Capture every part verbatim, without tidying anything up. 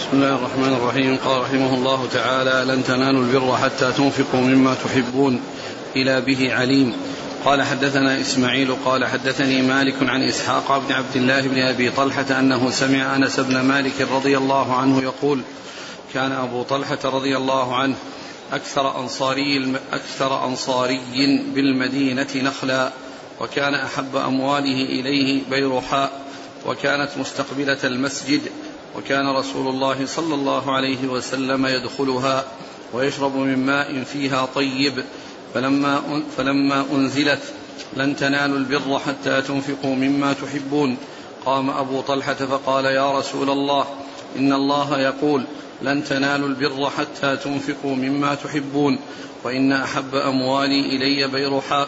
بسم الله الرحمن الرحيم. قال رحمه الله تعالى: لن تنالوا البر حتى تنفقوا مما تحبون إلى به عليم. قال حدثنا إسماعيل قال حدثني مالك عن إسحاق بن عبد الله بن أبي طلحة أنه سمع أنس بن مالك رضي الله عنه يقول: كان أبو طلحة رضي الله عنه أكثر أنصاري, أكثر أنصاري بالمدينة نخلا، وكان أحب أمواله إليه بيرحاء، وكانت مستقبلة المسجد، وكان رسول الله صلى الله عليه وسلم يدخلها ويشرب من ماء فيها طيب. فلما, فلما أنزلت لن تنالوا البر حتى تنفقوا مما تحبون، قام أبو طلحة فقال: يا رسول الله، إن الله يقول: لن تنالوا البر حتى تنفقوا مما تحبون، وإن أحب أموالي إلي بيرحاء،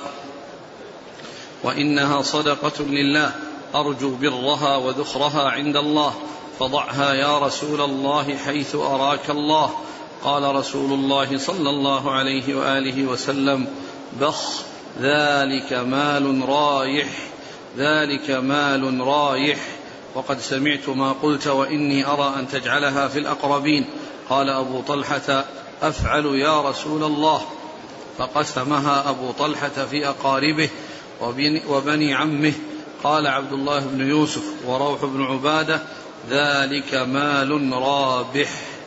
وإنها صدقة لله، أرجو برها وذخرها عند الله، فضعها يا رسول الله حيث أراك الله. قال رسول الله صلى الله عليه وآله وسلم: بخ، ذلك مال رايح، ذلك مال رايح، وقد سمعت ما قلت، وإني أرى أن تجعلها في الأقربين. قال أبو طلحة: أفعل يا رسول الله. فقسمها أبو طلحة في أقاربه وبني عمه. قال عبد الله بن يوسف وروح بن عبادة: ذلك مال رابح.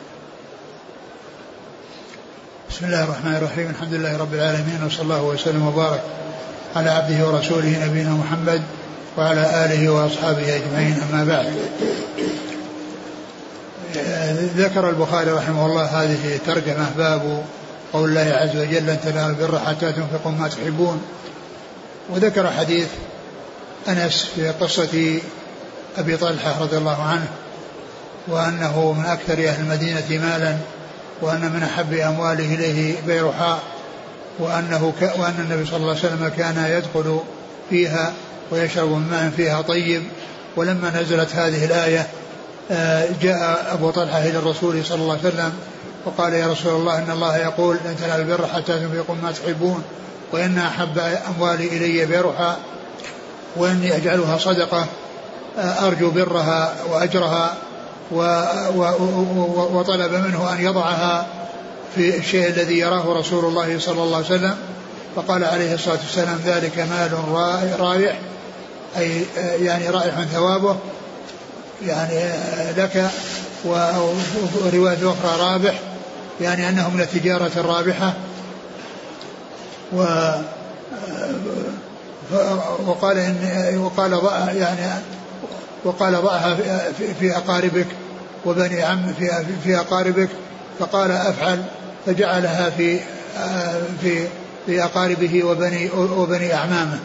بسم الله الرحمن الرحيم. الحمد لله رب العالمين، وصلى الله وسلم وبارك على عبده ورسوله نبينا محمد وعلى آله وأصحابه أجمعين، أما بعد. ذكر البخاري رحمه الله هذه ترجمة: باب قول الله عز وجل: لن تنالوا البر حتى تنفقوا ما تحبون. وذكر حديث أنس في قصة أبي طلحة رضي الله عنه، وأنه من أكثر أهل المدينة مالا، وأن من أحب أمواله إليه بيرحاء، وأنه ك... وأن النبي صلى الله عليه وسلم كان يدخل فيها ويشرب من ماء فيها طيب. ولما نزلت هذه الآية جاء أبو طلحة إلى الرسول صلى الله عليه وسلم وقال: يا رسول الله، إن الله يقول: لن تنالوا البر حتى تنفقوا ما تحبون، وإن أحب أموالي إلي بيرحاء، وإني أجعلها صدقة، أرجو برها وأجرها، و... و... و... وطلب منه أن يضعها في الشيء الذي يراه رسول الله صلى الله عليه وسلم. فقال عليه الصلاة والسلام: ذلك مال رايح، أي يعني رائح ثوابه يعني لك. ورواية أخرى رابح، يعني أنه من التجارة الرابحة. و وقال إن وقال ضع يعني وقال ضعها في, في أقاربك وبني عم في, في أقاربك. فقال: أفعل، فجعلها في في في أقاربه وبني وبني أعمامه.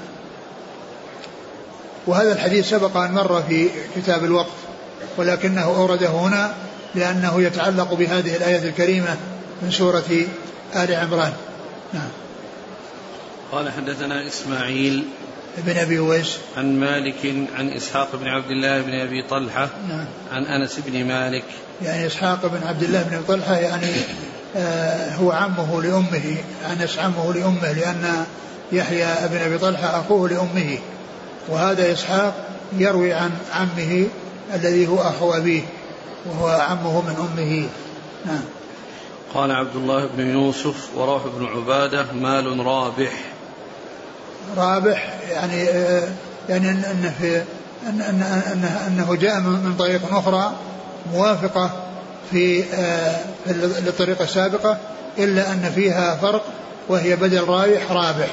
وهذا الحديث سبق أن مر في كتاب الوقف، ولكنه أورده هنا لأنه يتعلق بهذه الآية الكريمة من سورة آل عمران. نعم. قال حدثنا إسماعيل ابن أبي ويس عن مالك عن إسحاق بن عبد الله بن أبي طلحة. نعم. عن أنس بن مالك. يعني إسحاق بن عبد الله بن أبي طلحة يعني آه هو عمه لأمه، أنس عمه لأمه، لأن يحيى بن أبي طلحة أخوه لأمه، وهذا إسحاق يروي عن عمه الذي هو أخو أبيه، وهو عمه من أمه. نعم. قال عبد الله بن يوسف وروح بن عبادة: مال رابح. رابح يعني يعني أنه, في أن أنه, أنه جاء من طريق أخرى موافقة في الطريقة السابقة، إلا أن فيها فرق، وهي بدل رايح رابح.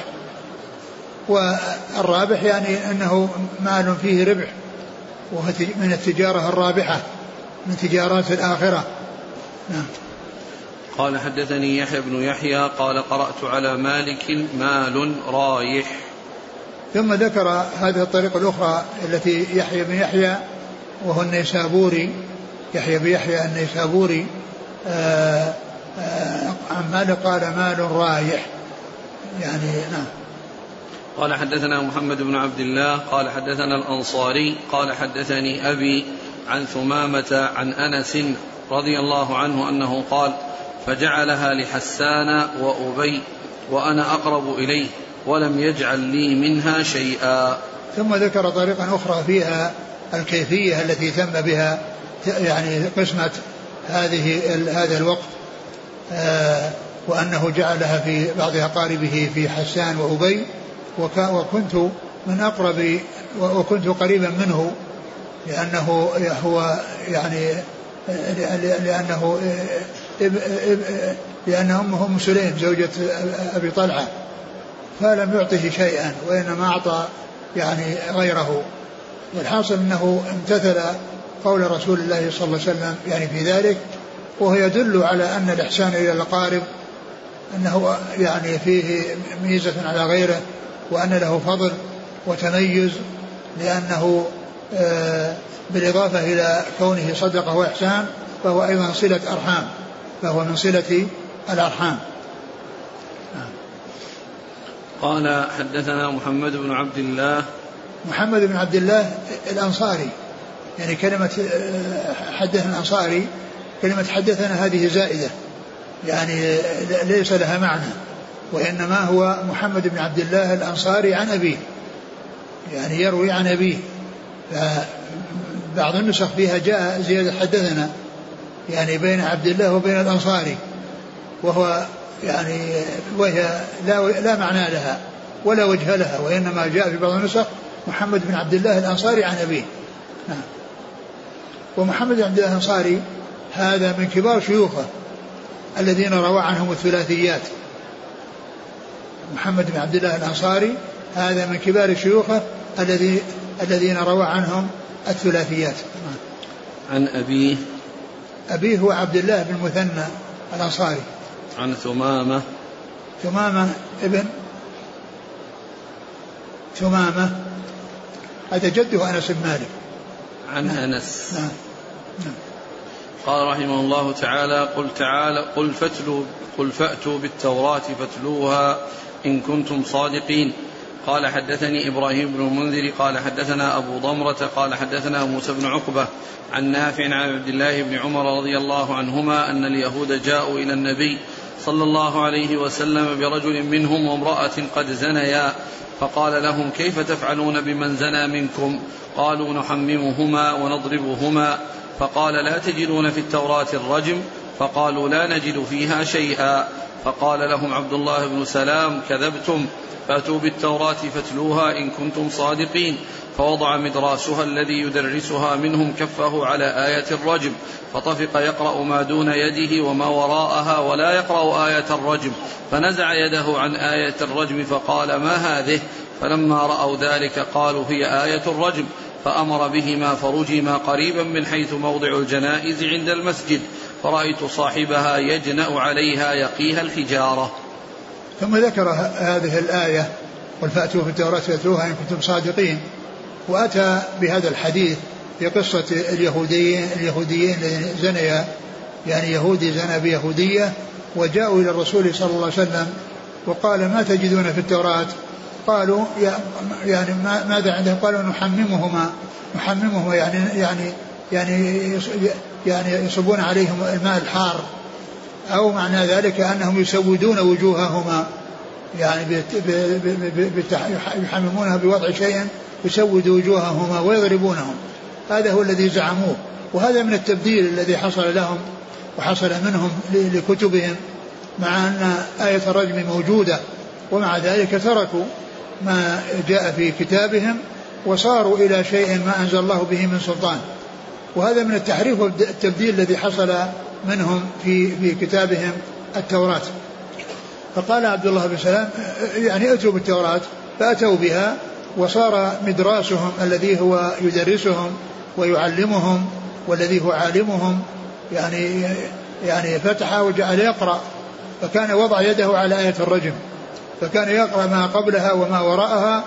والرابح يعني أنه مال فيه ربح، وهو من التجارة الرابحة، من تجارات الآخرة. نعم. قال حدثني يحيى بن يحيى قال: قرأت على مالك: مال رايح. ثم ذكر هذه الطريقة الأخرى التي يحيى بن يحيى وهو النيسابوري، يحيى بن يحيى النيسابوري آآ آآ عن مالك قال: مال رايح يعني. نعم. قال حدثنا محمد بن عبد الله قال حدثنا الأنصاري قال حدثني أبي عن ثمامة عن أنس رضي الله عنه أنه قال: فجعلها لحسان وأبي وأنا أقرب إليه، ولم يجعل لي منها شيئا. ثم ذكر طريقا أخرى فيها الكيفية التي تم بها يعني قسمة هذه هذا الوقت، وأنه جعلها في بعض أقاربه في حسان وأبي، وكنت من أقرب وكنت قريبا منه لأنه هو يعني لأنه لأن أمه أم سليم زوجة أبي طلحة، فلم يعطه شيئا وإنما أعطى يعني غيره. والحاصل أنه امتثل قول رسول الله صلى الله عليه وسلم يعني في ذلك، وهو يدل على أن الإحسان إلى الأقارب أنه يعني فيه ميزة على غيره، وأن له فضل وتميز، لأنه بالإضافة إلى كونه صدقة وإحسان فهو أيضا صلة أرحام، فهو من صلة الأرحام. قال حدثنا محمد بن عبد الله محمد بن عبد الله الأنصاري، يعني كلمة حدثنا الأنصاري كلمة حدثنا هذه زائدة يعني ليس لها معنى، وإنما هو محمد بن عبد الله الأنصاري عن أبيه، يعني يروي عن أبيه. بعض النسخ فيها جاء زيادة حدثنا يعني بين عبد الله وبين الأنصاري، وهو يعني وهي لا, لا معنى لها ولا وجه لها، وإنما جاء في بعض النسخ محمد بن عبد الله الأنصاري عن أبيه. نعم. ومحمد بن عبد الله الأنصاري هذا من كبار شيوخه الذين روى عنهم الثلاثيات. محمد بن عبد الله الأنصاري هذا من كبار شيوخه الذي الذين روى عنهم الثلاثيات. عن أبيه أبيه هو عبد الله بن مثنى الأنصاري. عن ثمامة ثمامة ابن ثمامة هذا جده أنس بن مالك. عن نعم. أنس نعم. نعم. قال رحمه الله تعالى: قل تعالى قل فاتلوا قل فأتوا بالتوراة فاتلوها إن كنتم صادقين. قال حدثني إبراهيم بن المنذر قال حدثنا أبو ضمرة قال حدثنا موسى بن عقبة عن نافع عن عبد الله بن عمر رضي الله عنهما أن اليهود جاءوا إلى النبي صلى الله عليه وسلم برجل منهم وامرأة قد زنيا، فقال لهم: كيف تفعلون بمن زنى منكم؟ قالوا: نحممهما ونضربهما. فقال: لا تجدون في التوراة الرجم؟ فقالوا: لا نجد فيها شيئا. فقال لهم عبد الله بن سلام: كذبتم، فأتوا بالتوراة فاتلوها إن كنتم صادقين. فوضع مدراسها الذي يدرسها منهم كفه على آية الرجم، فطفق يقرأ ما دون يده وما وراءها ولا يقرأ آية الرجم، فنزع يده عن آية الرجم فقال: ما هذه؟ فلما رأوا ذلك قالوا: هي آية الرجم، فأمر بهما فرجما قريبا من حيث موضع الجنائز عند المسجد، فرأيت صاحبها يجنأ عليها يقيها الحجارة. ثم ذكر هذه الآية: قل فأتوا في التوراة فاتلوها إن كنتم صادقين، وأتى بهذا الحديث في قصة اليهوديين اليهوديين الذين زنيا، يعني يهودي زنى بيهودية وجاءوا إلى الرسول صلى الله عليه وسلم وقال: ما تجدون في التوراة؟ قالوا: يعني ماذا عندهم؟ قالوا: نحممهما نحممهما يعني يعني يعني يعني يصبون عليهم الماء الحار، أو معنى ذلك أنهم يسودون وجوههما، يعني يحممونها بوضع شيء يسود وجوههما ويضربونهم. هذا هو الذي زعموه، وهذا من التبديل الذي حصل لهم وحصل منهم لكتبهم، مع أن آية الرجم موجودة، ومع ذلك تركوا ما جاء في كتابهم وصاروا إلى شيء ما أنزل الله به من سلطان. وهذا من التحريف والتبديل الذي حصل منهم في في كتابهم التوراة. فقال عبد الله بن سلام: يعني أتوا بالتوراة، فأتوا بها، وصار مدراسهم الذي هو يدرسهم ويعلمهم والذي هو عالمهم يعني يعني فتح وجعل يقرأ، فكان وضع يده على آية الرجم، فكان يقرأ ما قبلها وما وراءها،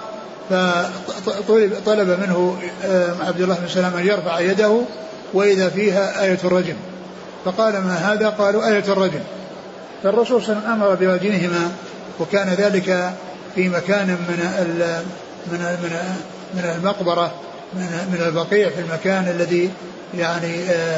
فطلب منه عبد الله بن سلام أن يرفع يده وإذا فيها آية الرجم، فقال: ما هذا؟ قالوا: آية الرجم. فالرسول صلى الله عليه وسلم أمر برجمهما، وكان ذلك في مكان من من من من المقبرة، من من البقيع، في المكان الذي يعني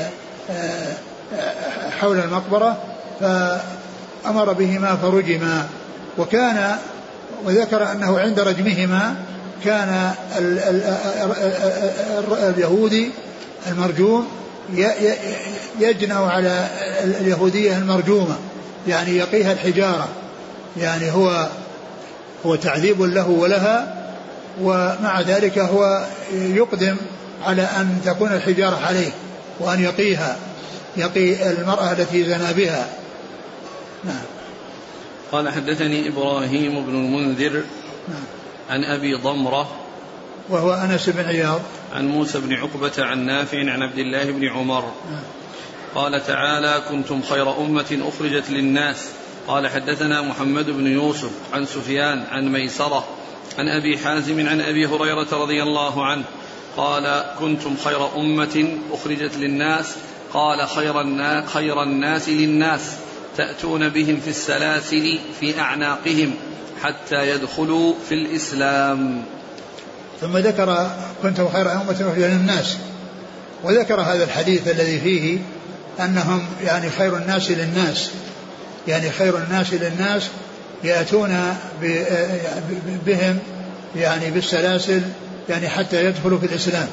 حول المقبرة، فأمر بهما فرجما. وكان وذكر أنه عند رجمهما كان اليهودي المرجوم يجنأ على اليهودية المرجومة، يعني يقيها الحجارة، يعني هو هو تعذيب له ولها، ومع ذلك هو يقدم على أن تكون الحجارة عليه وأن يقيها، يقي المرأة التي زنى بها. نعم. قال حدثني إبراهيم بن المنذر نعم. عن أبي ضمرة وهو أنس بن عياض عن موسى بن عقبة عن نافع عن عبد الله بن عمر نعم. قال تعالى كنتم خير أمة أخرجت للناس. قال حدثنا محمد بن يوسف عن سفيان عن ميسرة عن أبي حازم عن أبي هريرة رضي الله عنه قال كنتم خير أمة أخرجت للناس. قال خير الناس, خير الناس للناس تأتون بهم في السلاسل في أعناقهم حتى يدخلوا في الإسلام. ثم ذكر كنتم خير أمة أخرجت للناس، وذكر هذا الحديث الذي فيه أنهم يعني خير الناس للناس، يعني خير الناس للناس يأتون بهم يعني بالسلاسل يعني حتى يدخلوا في الإسلام.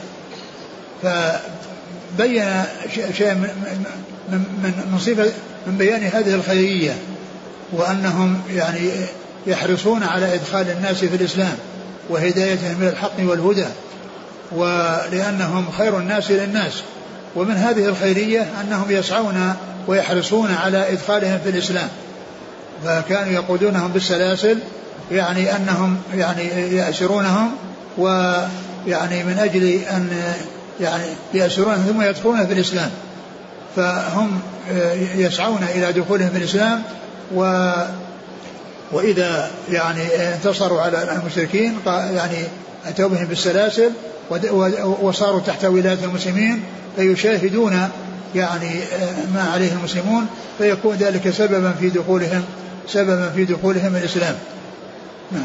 فبين شيء من صفة من بيان هذه الخيرية، وأنهم يعني يحرصون على إدخال الناس في الإسلام وهدايتهم من الحق والهدى، ولأنهم خير الناس للناس. ومن هذه الخيرية أنهم يسعون ويحرصون على إدخالهم في الإسلام، فكانوا يقودونهم بالسلاسل، يعني أنهم يعني يأسرونهم، ويعني من أجل أن يعني يأسرونهم ثم يدخلون في الإسلام، فهم يسعون إلى دخولهم في الإسلام. و وإذا يعني انتصروا على المشركين يعني أتوا بهم بالسلاسل وصاروا تحت ولاية المسلمين، فيشاهدون يعني ما عليه المسلمون، فيكون ذلك سببا في دخولهم سببا في دخولهم الإسلام. نعم.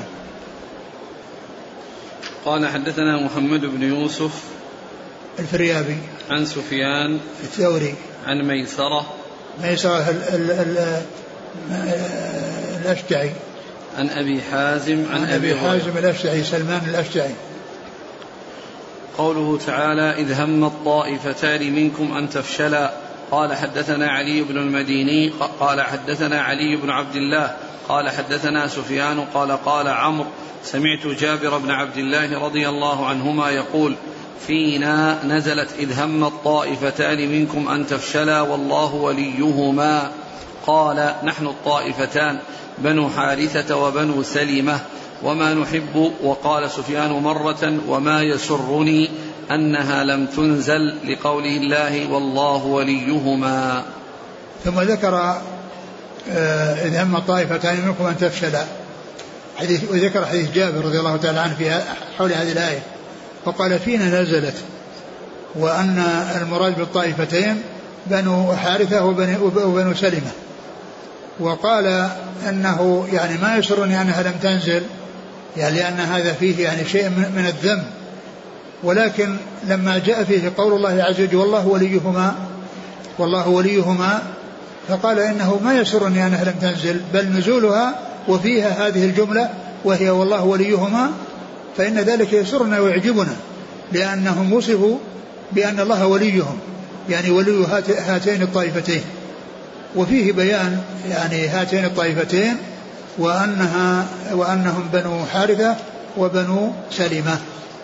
قال حدثنا محمد بن يوسف الفريابي عن سفيان الثوري عن ميسرة ميسرة ال ال ال الأشجعي عن أبي حازم عن, عن أبي حازم الأشجعي سلمان الأشجعي. قوله تعالى إذ هم الطائفتان منكم أن تفشلا. قال حدثنا علي بن المديني قال حدثنا علي بن عبد الله قال حدثنا سفيان قال قال عمرو سمعت جابر بن عبد الله رضي الله عنهما يقول فينا نزلت إذ هم الطائفتان منكم أن تفشلا والله وليهما. قال نحن الطائفتان بنو حارثة وبنو سلمة وما نحب. وقال سفيان مرة وما يسرني أنها لم تنزل لقوله الله والله وليهما. ثم ذكر إذ هم الطائفتان منكم أن تفشلا حديث، وذكر حديث جابر رضي الله تعالى عنه في حول هذه الآية، وقال فينا نزلت، وأن المراد بالطائفتين بنو حارثة وبنو سلمة. وقال أنه يعني ما يسرني أنها لم تنزل، يعني لأن هذا فيه يعني شيء من الذم، ولكن لما جاء فيه قول الله عز وجل والله وليهما والله وليهما فقال إنه ما يسرني أنها لم تنزل، بل نزولها وفيها هذه الجملة وهي والله وليهما، فإن ذلك يسرنا ويعجبنا، لأنهم وصفوا بأن الله وليهم، يعني ولي هاتين الطائفتين، وفيه بيان يعني هاتين الطائفتين وأنها وأنهم بنو حارثة وبنو سلمة.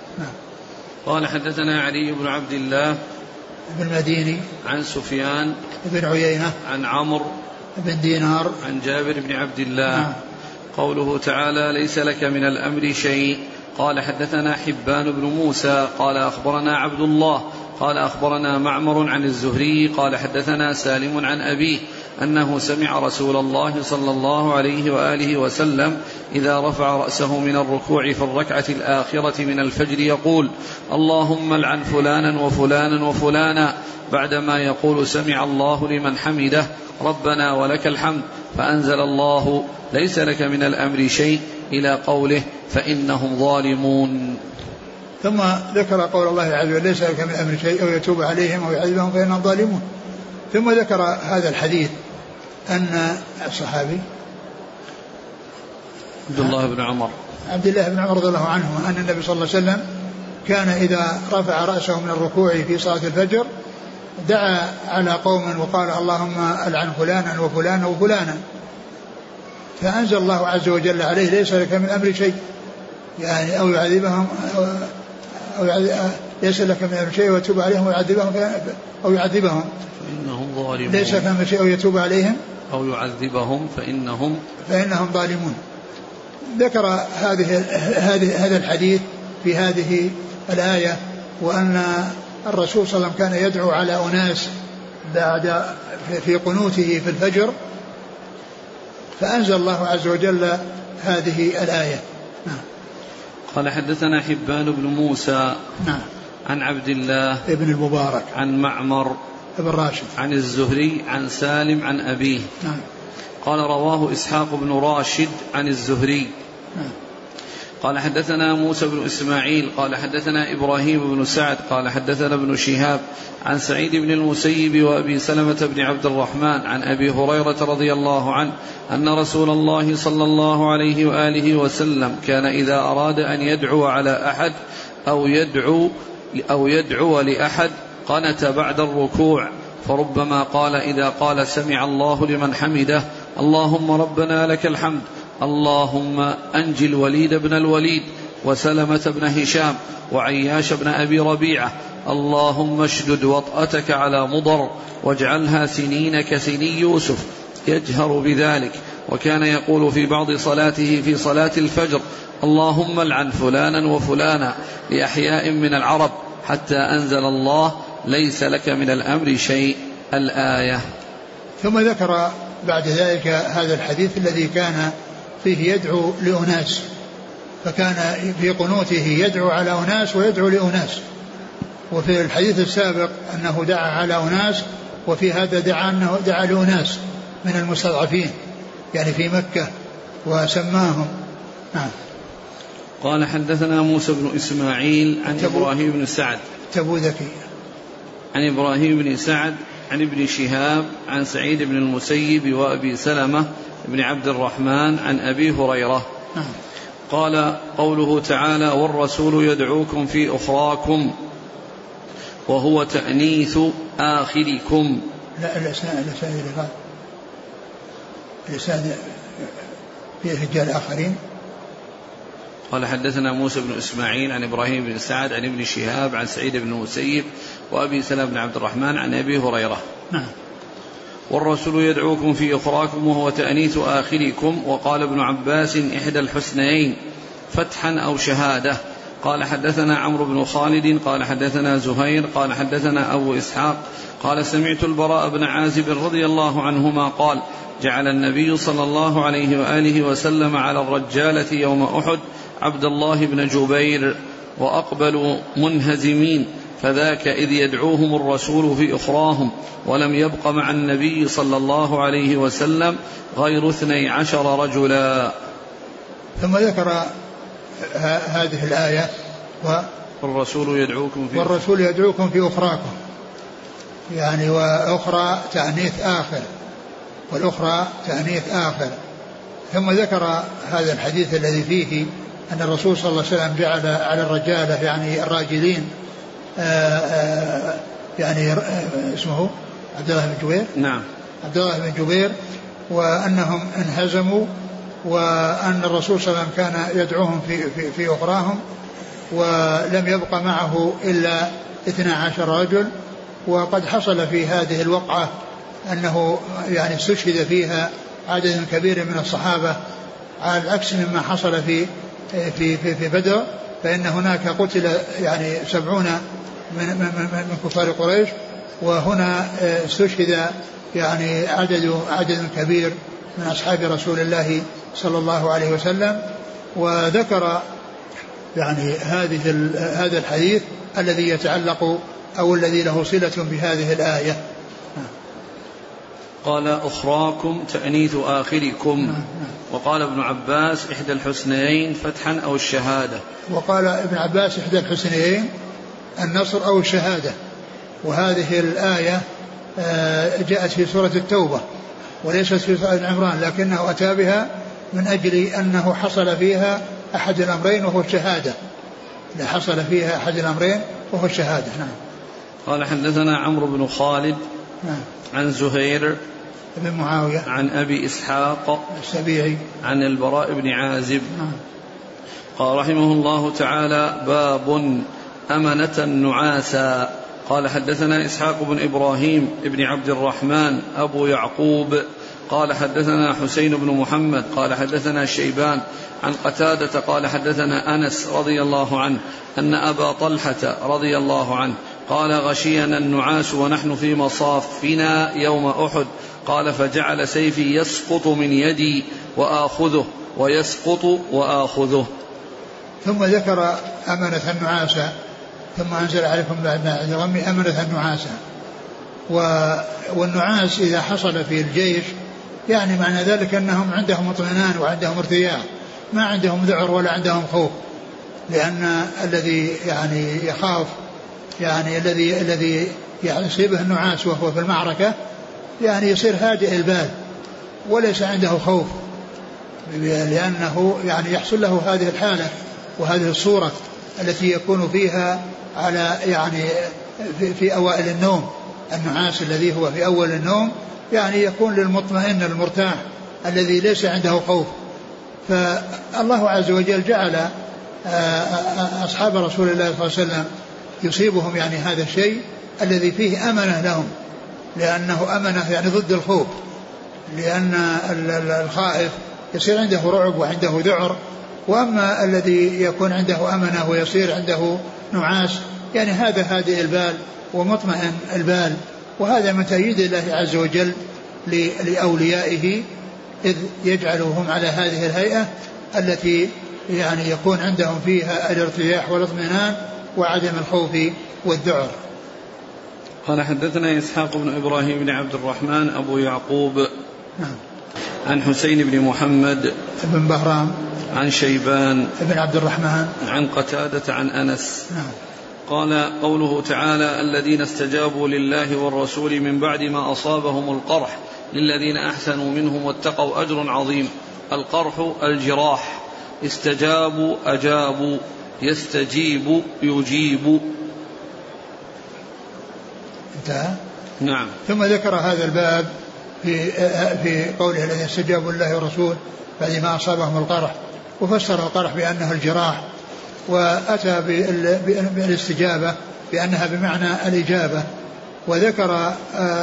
قال حدثنا علي بن عبد الله بن المديني عن سفيان بن عيينة عن عمرو بن دينار عن جابر بن عبد الله. نعم. قوله تعالى ليس لك من الأمر شيء. قال حدثنا حبان بن موسى قال أخبرنا عبد الله قال أخبرنا معمر عن الزهري قال حدثنا سالم عن أبيه أنه سمع رسول الله صلى الله عليه وآله وسلم إذا رفع رأسه من الركوع في الركعة الآخرة من الفجر يقول اللهم لعن فلانا وفلانا وفلانا، بعدما يقول سمع الله لمن حمده ربنا ولك الحمد، فأنزل الله ليس لك من الأمر شيء إلى قوله فإنهم ظالمون. ثم ذكر قول الله عز وجل ليس لك من الأمر شيء أو يتوب عليهم أو يعذبهم فإنهم ظالمون. ثم ذكر هذا الحديث أن الصحابي عبد الله بن عمر عبد الله بن عمر رضي الله عنه أن النبي صلى الله عليه وسلم كان إذا رفع رأسه من الركوع في صلاة الفجر دعا على قوم وقال اللهم ألعن فلانا وفلانا وفلانا، فأنزل الله عز وجل عليه ليس لك من الأمر شيء، يعني أو يعذبهم أو, أو ليس لك من الأمر شيء ويتوب عليهم ويعذبهم أو يعذبهم فإنهم ظالمون، ليس لك من الأمر شيء أو يتوب عليهم أو يعذبهم فإنهم فإنهم ظالمون. ذكر هذه هذه هذا الحديث في هذه الآية، وأن الرسول صلى الله عليه وسلم كان يدعو على أناس بعد في قنوته في الفجر، فأنزل الله عز وجل هذه الآية. نعم. قال حدثنا حبان بن موسى نعم عن عبد الله ابن المبارك عن معمر ابن راشد عن الزهري عن سالم عن أبيه. نعم. قال رواه إسحاق بن راشد عن الزهري. نعم. قال حدثنا موسى بن إسماعيل قال حدثنا إبراهيم بن سعد قال حدثنا ابن شهاب عن سعيد بن المسيب وأبي سلمة بن عبد الرحمن عن أبي هريرة رضي الله عنه أن رسول الله صلى الله عليه وآله وسلم كان إذا أراد أن يدعو على أحد أو يدعو أو يدعو لأحد قنت بعد الركوع، فربما قال إذا قال سمع الله لمن حمده اللهم ربنا لك الحمد اللهم أنجي الوليد بن الوليد وسلمة بن هشام وعياش بن أبي ربيعة اللهم اشدد وطأتك على مضر واجعلها سنين كسني يوسف، يجهر بذلك. وكان يقول في بعض صلاته في صلاة الفجر اللهم العن فلانا وفلانا لأحياء من العرب، حتى أنزل الله ليس لك من الأمر شيء الآية. ثم ذكر بعد ذلك هذا الحديث الذي كان فيه يدعو لأناس، فكان في قنوته يدعو على أناس ويدعو لأناس، وفي الحديث السابق أنه دعا على أناس، وفي هذا دعا أنه دعا لأناس من المستضعفين يعني في مكة وسماهم. نعم. قال حدثنا موسى بن إسماعيل عن إبراهيم بن سعد تبوذكي عن إبراهيم بن سعد عن ابن شهاب عن سعيد بن المسيب وأبي سلمة بن عبد الرحمن عن أبي هريرة. نعم. قال قوله تعالى والرسول يدعوكم في أخراكم وهو تأنيث آخركم. لا الإسناد الإسناد الإسناد فيه رجال آخرين. قال حدثنا موسى بن إسماعيل عن إبراهيم بن سعد عن ابن شهاب عن سعيد بن المسيب وأبي سلمة بن عبد الرحمن عن أبي هريرة. نعم. والرسول يدعوكم في أخراكم وهو تأنيث آخركم. وقال ابن عباس إحدى الحسنيين فتحا أو شهادة. قال حدثنا عمرو بن خالد قال حدثنا زهير قال حدثنا أبو إسحاق قال سمعت البراء بن عازب رضي الله عنهما قال جعل النبي صلى الله عليه وآله وسلم على الرجالة يوم أحد عبد الله بن جبير وأقبلوا منهزمين، فذاك إذ يدعوهم الرسول في أخراهم، ولم يبق مع النبي صلى الله عليه وسلم غير اثني عشر رجلا. ثم ذكر هذه الآية والرسول يدعوكم في والرسول يدعوكم في أخراكم، يعني وأخرى تأنيث آخر والأخرى تأنيث آخر. ثم ذكر هذا الحديث الذي فيه أن الرسول صلى الله عليه وسلم جعل على الرجالة يعني الراجلين آآ آآ يعني اسمه عبد الله بن جبير. نعم. عبد الله بن جبير، وأنهم انهزموا، وأن الرسول صلى الله عليه وسلم كان يدعوهم في, في, في أخراهم، ولم يبق معه إلا اثنا عشر رجل. وقد حصل في هذه الوقعة أنه يعني استشهد فيها عدد كبير من الصحابة، على العكس مما حصل في في في, في بدر، فإن هناك قتل يعني سبعون من, من, من كفار قريش، وهنا استشهد يعني عدد عدد كبير من أصحاب رسول الله صلى الله عليه وسلم. وذكر يعني هذه هذا الحديث الذي يتعلق أو الذي له صلة بهذه الآية. قال أخراكم تأنيث آخركم. وقال ابن عباس إحدى الحسنيين فتحا أو الشهادة. وقال ابن عباس إحدى الحسنيين النصر أو الشهادة. وهذه الآية جاءت في سورة التوبة وليست في سورة العمران، لكنه أتى بها من أجل أنه حصل فيها أحد الأمرين وهو الشهادة، حصل فيها أحد الأمرين وهو الشهادة. نعم. قال حدثنا عمرو بن خالد نعم. عن زهير بن معاوية عن أبي إسحاق السبيعي عن البراء بن عازب نعم. قال رحمه الله تعالى: باب أمنة نعاسا. قال حدثنا إسحاق بن إبراهيم بن عبد الرحمن أبو يعقوب قال حدثنا حسين بن محمد قال حدثنا شيبان عن قتادة قال حدثنا أنس رضي الله عنه أن أبا طلحة رضي الله عنه قال: غشينا النعاس ونحن في مصافنا يوم أحد. قال: فجعل سيفي يسقط من يدي وآخذه ويسقط وآخذه. ثم ذكر أمنة النعاسة، ثم أنزل عليكم بعد الغم أمنة النعاسة. والنعاس إذا حصل في الجيش يعني معنى ذلك أنهم عندهم اطمئنان وعندهم ارتياح، ما عندهم ذعر ولا عندهم خوف، لأن الذي يعني يخاف يعني الذي الذي يصيبه النعاس وهو في المعركة يعني يصير هادئ البال وليس عنده خوف، لأنه يعني يحصل له هذه الحالة وهذه الصورة التي يكون فيها على يعني في, في أوائل النوم. النعاس الذي هو في أول النوم يعني يكون للمطمئن المرتاح الذي ليس عنده خوف. فالله عز وجل جعل أصحاب رسول الله صلى الله عليه وسلم يصيبهم يعني هذا الشيء الذي فيه أمنة لهم، لأنه أمنة يعني ضد الخوف، لأن الخائف يصير عنده رعب وعنده ذعر، وأما الذي يكون عنده أمنة ويصير عنده نعاس يعني هذا هادئ البال ومطمئن البال. وهذا من تأييد الله عز وجل لأوليائه إذ يجعلهم على هذه الهيئة التي يعني يكون عندهم فيها الارتياح والاطمئنان وعدم الخوف والذعر. قال حدثنا إسحاق بن إبراهيم بن عبد الرحمن أبو يعقوب نعم. عن حسين بن محمد بن بهرام عن شيبان بن عبد الرحمن عن قتادة عن أنس نعم. قال: قوله تعالى: الذين استجابوا لله والرسول من بعد ما أصابهم القرح للذين أحسنوا منهم واتقوا أجر عظيم. القرح الجراح، استجابوا أجابوا، يستجيب يجيب. انتهى. نعم. ثم ذكر هذا الباب في في قوله الذين استجابوا لله والرسول بعد ما أصابهم القرح، وفسر القرح بأنه الجراح، وأتى بالاستجابة بأنها بمعنى الإجابة، وذكر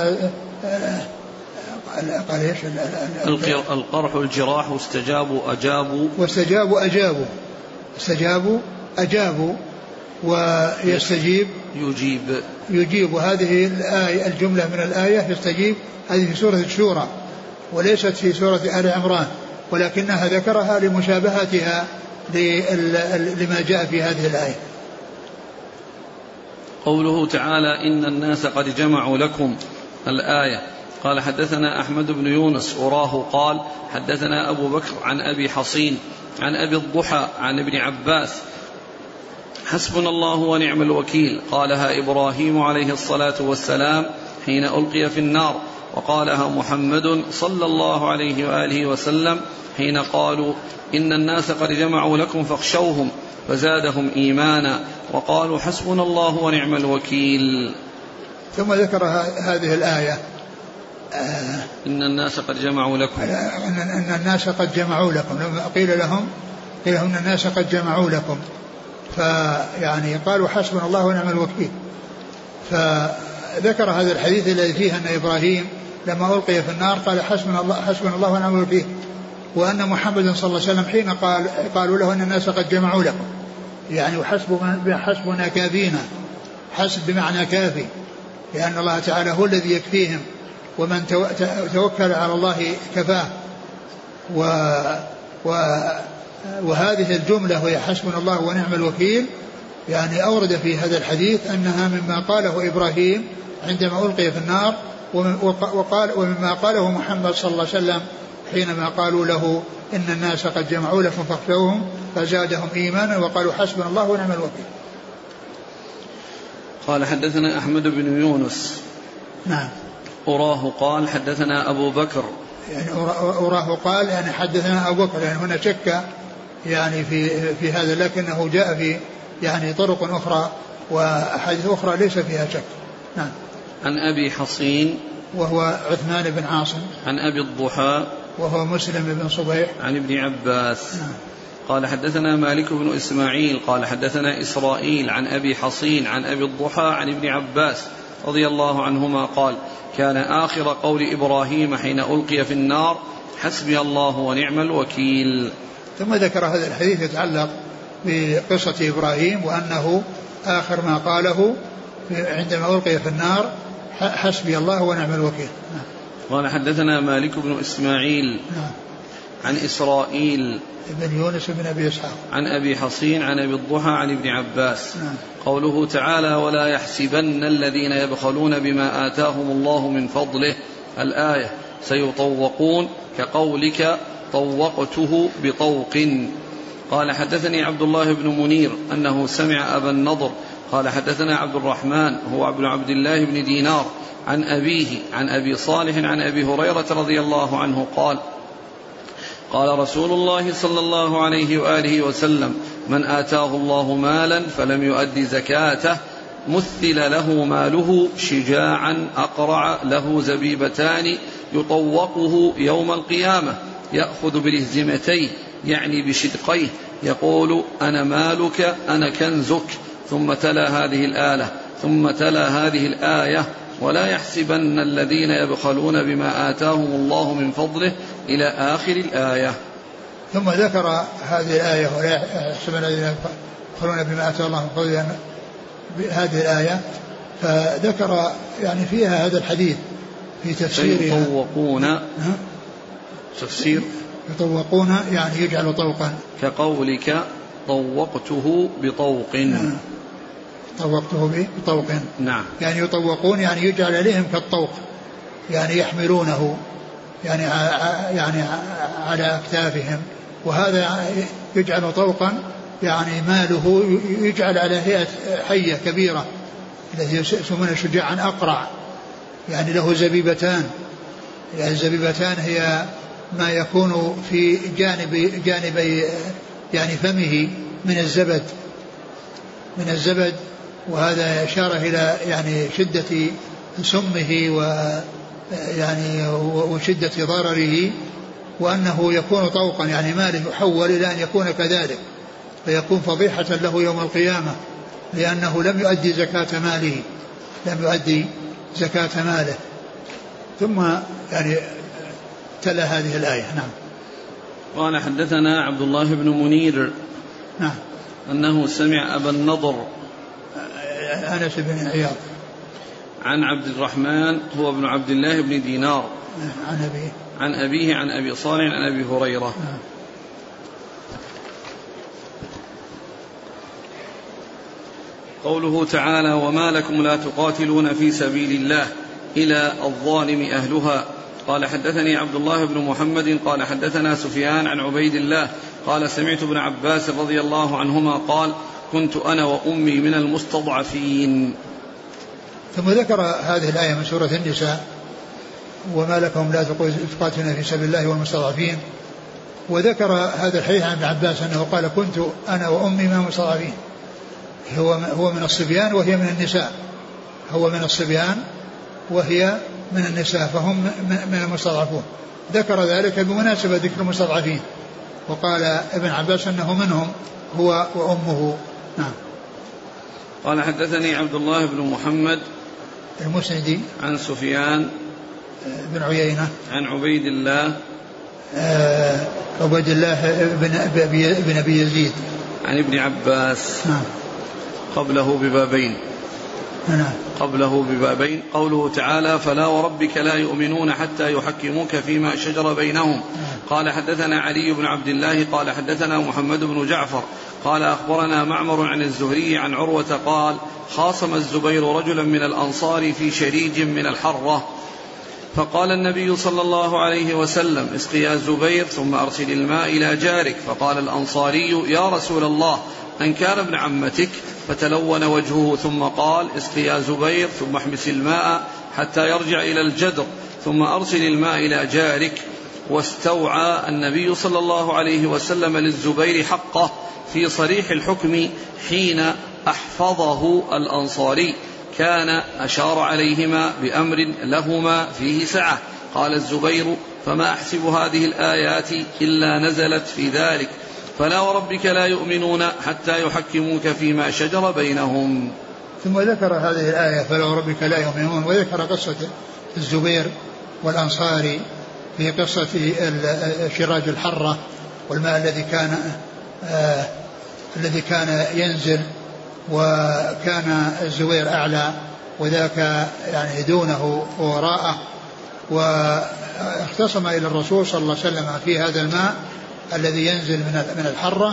قال ايش القرح الجراح، واستجابوا أجابوا واستجابوا أجابوا استجابوا أجابوا ويستجيب يجيب يجيب. وهذه الآية الجملة من الآية يستجيب هذه في سورة الشورى وليست في سورة آل عمران، ولكنها ذكرها لمشابهتها لما جاء في هذه الآية. قوله تعالى: إن الناس قد جمعوا لكم، الآية. قال حدثنا أحمد بن يونس أراه قال حدثنا أبو بكر عن أبي حصين عن أبي الضحى عن ابن عباس: حسبنا الله ونعم الوكيل. قالها إبراهيم عليه الصلاة والسلام حين ألقي في النار، وقالها محمد صلى الله عليه وآله وسلم حين قالوا: إن الناس قد جمعوا لكم فاخشوهم، فزادهم إيمانا وقالوا حسبنا الله ونعم الوكيل. ثم ذكر هذه الآية: آه إن الناس قد جمعوا لكم، إن الناس قد جمعوا لكم. لما قيل لهم قيل لهم إن الناس قد جمعوا لكم، فيعني قالوا حسبنا الله ونعم الوكيل. فذكر هذا الحديث الذي فيه أن إبراهيم لما ألقي في النار قال حسبنا الله حسبنا الله ونعم الوكيل، وأن محمد صلى الله عليه وسلم حين قال قالوا له أن الناس قد جمعوا لكم، يعني وحسبنا كافينا، حسب بمعنى كافي، لأن الله تعالى هو الذي يكفيهم، ومن توكل على الله كفاه. و وهذه الجملة وهي حسبنا الله ونعم الوكيل يعني أورد في هذا الحديث أنها مما قاله إبراهيم عندما ألقي في النار، وقال ومما قاله محمد صلى الله عليه وسلم حينما قالوا له إن الناس قد جمعوا لكم فاخشوهم فزادهم إيمانا وقالوا حسبنا الله ونعم الوكيل. قال حدثنا أحمد بن يونس نعم أراه قال حدثنا أبو بكر، يعني أراه قال يعني حدثنا أبو بكر، يعني هنا شك يعني في في هذا، لكنه جاء في يعني طرق أخرى وأحاديث أخرى ليس فيها شك. نعم. عن أبي حصين وهو عثمان بن عاصم. عن أبي الضحى وهو مسلم بن صبيح. عن ابن عباس. نعم. قال حدثنا مالك بن إسماعيل قال حدثنا إسرائيل عن أبي حصين عن أبي الضحى عن ابن عباس رضي الله عنهما قال كان آخر قول إبراهيم حين ألقي في النار حسبي الله ونعم الوكيل. ثم ذكر هذا الحديث يتعلق بقصة إبراهيم وأنه آخر ما قاله عندما ألقي في النار حسبي الله ونعم الوكيل. قال حدثنا مالك بن إسماعيل عن إسرائيل ابن يونس بن أبي إسحاق عن أبي حصين عن أبي الضحى عن ابن عباس. قوله تعالى ولا يحسبن الذين يبخلون بما آتاهم الله من فضله الآية سيطوقون كقولك طوقته بطوق. قال حدثني عبد الله بن منير أنه سمع أبا النضر قال حدثنا عبد الرحمن هو عبد عبد الله بن دينار عن أبيه عن أبي صالح عن أبي هريرة رضي الله عنه قال قال رسول الله صلى الله عليه وآله وسلم من آتاه الله مالا فلم يؤد زكاته مثل له ماله شجاعا أقرع له زبيبتان يطوقه يوم القيامة يأخذ بالهزمتين يعني بشدقيه يقول أنا مالك أنا كنزك ثم تلا هذه الآية ثم تلا هذه الآية ولا يحسبن الذين يبخلون بما آتاهم الله من فضله إلى آخر الآية. ثم ذكر هذه الآية ولا يحسبن الذين يبخلون بما آتاهم الله من فضله هذه الآية فذكر يعني فيها هذا الحديث في تفسيرها يطوقون تفسير يطوقون يعني يجعل طوقا كقولك طوقته بطوق. نعم. طوقته بطوق. نعم. يعني يطوقون يعني يجعل عليهم كالطوق يعني يحملونه يعني يعني على أكتافهم وهذا يجعل طوقا يعني ماله يجعل على هيئة حية كبيرة التي يسمونها شجاعا أقرع يعني له زبيبتان يعني الزبيبتان هي ما يكون في جانب جانبي يعني فمه من الزبد من الزبد وهذا إشارة إلى يعني شدة سمه ويعني وشدة ضرره وأنه يكون طوقا يعني ماله يحول إلى أن يكون كذلك فيكون فضيحة له يوم القيامة لأنه لم يؤدي زكاة ماله لم يؤدي زكاة ماله. ثم يعني تلا هذه الآية. نعم. قال حدثنا عبد الله بن منير نعم أنه سمع أبا النضر أنس بن عياض عن عبد الرحمن هو ابن عبد الله بن دينار عن أبيه عن أبيه عن أبي صالح عن أبي هريرة. نعم. قوله تعالى وما لكم لا تقاتلون في سبيل الله إلى الظالم أهلها. قال حدثني عبد الله بن محمد قال حدثنا سفيان عن عبيد الله قال سمعت ابن عباس رضي الله عنهما قال كنت أنا وأمي من المستضعفين. ثم ذكر هذه الآية من سورة النساء وما لكم لا تقاتلون في سبيل الله والمستضعفين وذكر هذا الحديث عن ابن عباس أنه قال كنت أنا وأمي من المستضعفين هو هو من الصبيان وهي من النساء هو من الصبيان وهي من النساء فهم من المستضعفون. ذكر ذلك بمناسبة ذكر المستضعفين وقال ابن عباس أنه منهم هو وأمه. نعم. قال حدثني عبد الله بن محمد المسندي عن سفيان بن عيينة عن عبيد الله آه عبيد الله بن أبي, بن أبي يزيد عن ابن عباس. نعم. قبله ببابين. نعم. قبله ببابين. قوله تعالى فلا وربك لا يؤمنون حتى يحكموك فيما شجر بينهم. نعم. قال حدثنا علي بن عبد الله قال حدثنا محمد بن جعفر قال أخبرنا معمر عن الزهري عن عروة قال خاصم الزبير رجلا من الأنصار في شريج من الحرة فقال النبي صلى الله عليه وسلم اسقي يا الزبير ثم أرسل الماء إلى جارك فقال الأنصاري يا رسول الله أن كان ابن عمتك فتلون وجهه ثم قال اسقي يا زبير ثم احبس الماء حتى يرجع إلى الجدر ثم أرسل الماء إلى جارك. واستوعى النبي صلى الله عليه وسلم للزبير حقه في صريح الحكم حين أحفظه الأنصاري كان أشار عليهما بأمر لهما فيه سعة. قال الزبير فما أحسب هذه الآيات إلا نزلت في ذلك فلا وربك لا يؤمنون حتى يحكموك فيما شجر بينهم. ثم ذكر هذه الآية فلا وربك لا يؤمنون، وذكر قصة الزبير والأنصاري في قصة شراج الحرة والماء الذي كان آه الذي كان ينزل، وكان الزبير أعلى وذاك يعني دونه وراءه، واختصم إلى الرسول صلى الله عليه وسلم في هذا الماء الذي ينزل من الحرة،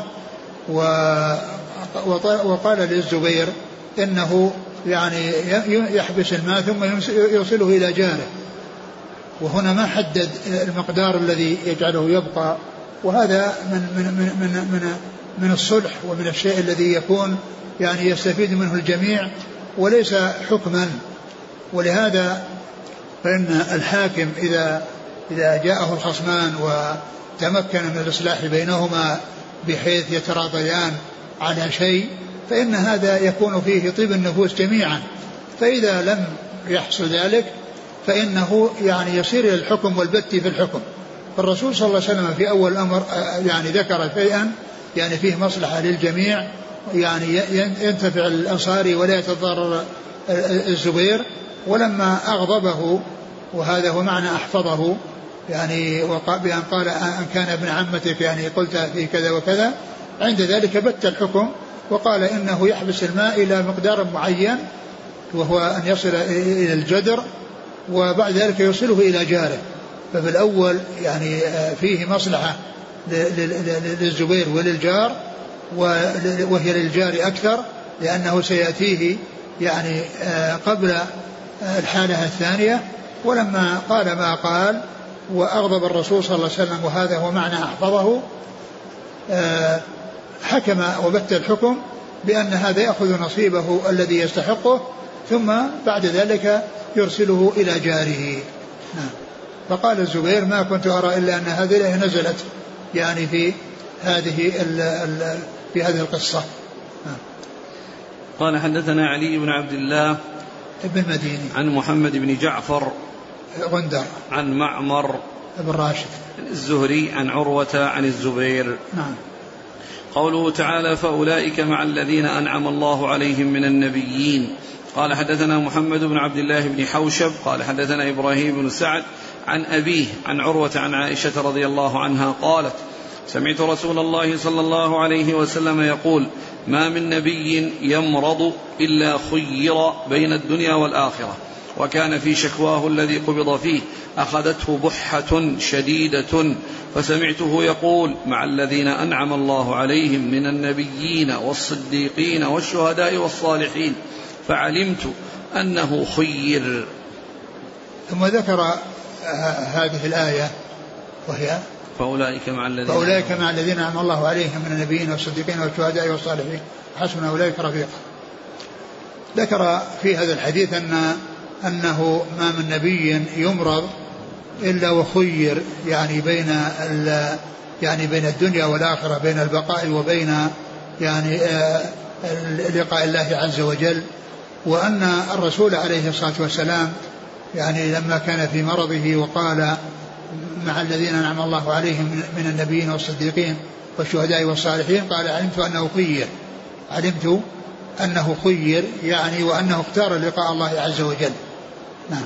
وقال للزبير إنه يعني يحبس الماء ثم يوصله إلى جاره، وهنا ما حدد المقدار الذي يجعله يبقى، وهذا من من من من من, من الصلح ومن الشيء الذي يكون يعني يستفيد منه الجميع وليس حكما. ولهذا فإن الحاكم إذا إذا جاءه الخصمان وتمكن من الإصلاح بينهما بحيث يتراضيان على شيء فإن هذا يكون فيه طيب النفوس جميعا، فإذا لم يحصل ذلك فإنه يعني يصير إلى الحكم والبت في الحكم. فالرسول صلى الله عليه وسلم في أول الأمر يعني ذكر شيئا يعني فيه مصلحة للجميع، يعني ينتفع الأنصاري ولا يتضرر الزبير، ولما أغضبه وهذا هو معنى أحفظه يعني بأن قال أن كان ابن عمتك يعني قلت في كذا وكذا، عند ذلك بت الحكم وقال إنه يحبس الماء إلى مقدار معين وهو أن يصل إلى الجدر وبعد ذلك يوصله إلى جاره. ففي الأول يعني فيه مصلحة للزبير وللجار وهي للجار أكثر لأنه سيأتيه يعني قبل الحالة الثانية. ولما قال ما قال وأغضب الرسول صلى الله عليه وسلم وهذا هو معنى أحفظه حكم وبت الحكم بأن هذا يأخذ نصيبه الذي يستحقه ثم بعد ذلك يرسله إلى جاره. فقال الزبير ما كنت أرى إلا أن هذه الآية نزلت يعني في هذه ال ال في هذه القصة. قال حدثنا علي بن عبد الله ابن مديني عن محمد بن جعفر غندر عن معمر ابن راشد الزهري عن عروة عن الزبير. نعم. قوله تعالى فأولئك مع الذين أنعم الله عليهم من النبيين. قال حدثنا محمد بن عبد الله بن حوشب قال حدثنا إبراهيم بن سعد عن أبيه عن عروة عن عائشة رضي الله عنها قالت سمعت رسول الله صلى الله عليه وسلم يقول ما من نبي يمرض إلا خير بين الدنيا والآخرة وكان في شكواه الذي قبض فيه أخذته بحة شديدة فسمعته يقول مع الذين أنعم الله عليهم من النبيين والصديقين والشهداء والصالحين فعلمت أنه خير. ثم ذكر هذه الآية وهي فأولئك مع الذين فأولئك مع الذين أنعم الله عليهم من النبيين والصديقين والشهداء والصالحين حسن أولئك رفيقا. ذكر في هذا الحديث أن أنه ما من نبي يمرض إلا وخير يعني بين يعني بين الدنيا والآخرة بين البقاء وبين يعني لقاء الله عز وجل. وأن الرسول عليه الصلاة والسلام يعني لما كان في مرضه وقال مع الذين أنعم الله عليهم من النبيين والصديقين والشهداء والصالحين قال علمت أنه خير علمت أنه خير يعني وأنه اختار لقاء الله عز وجل. نعم.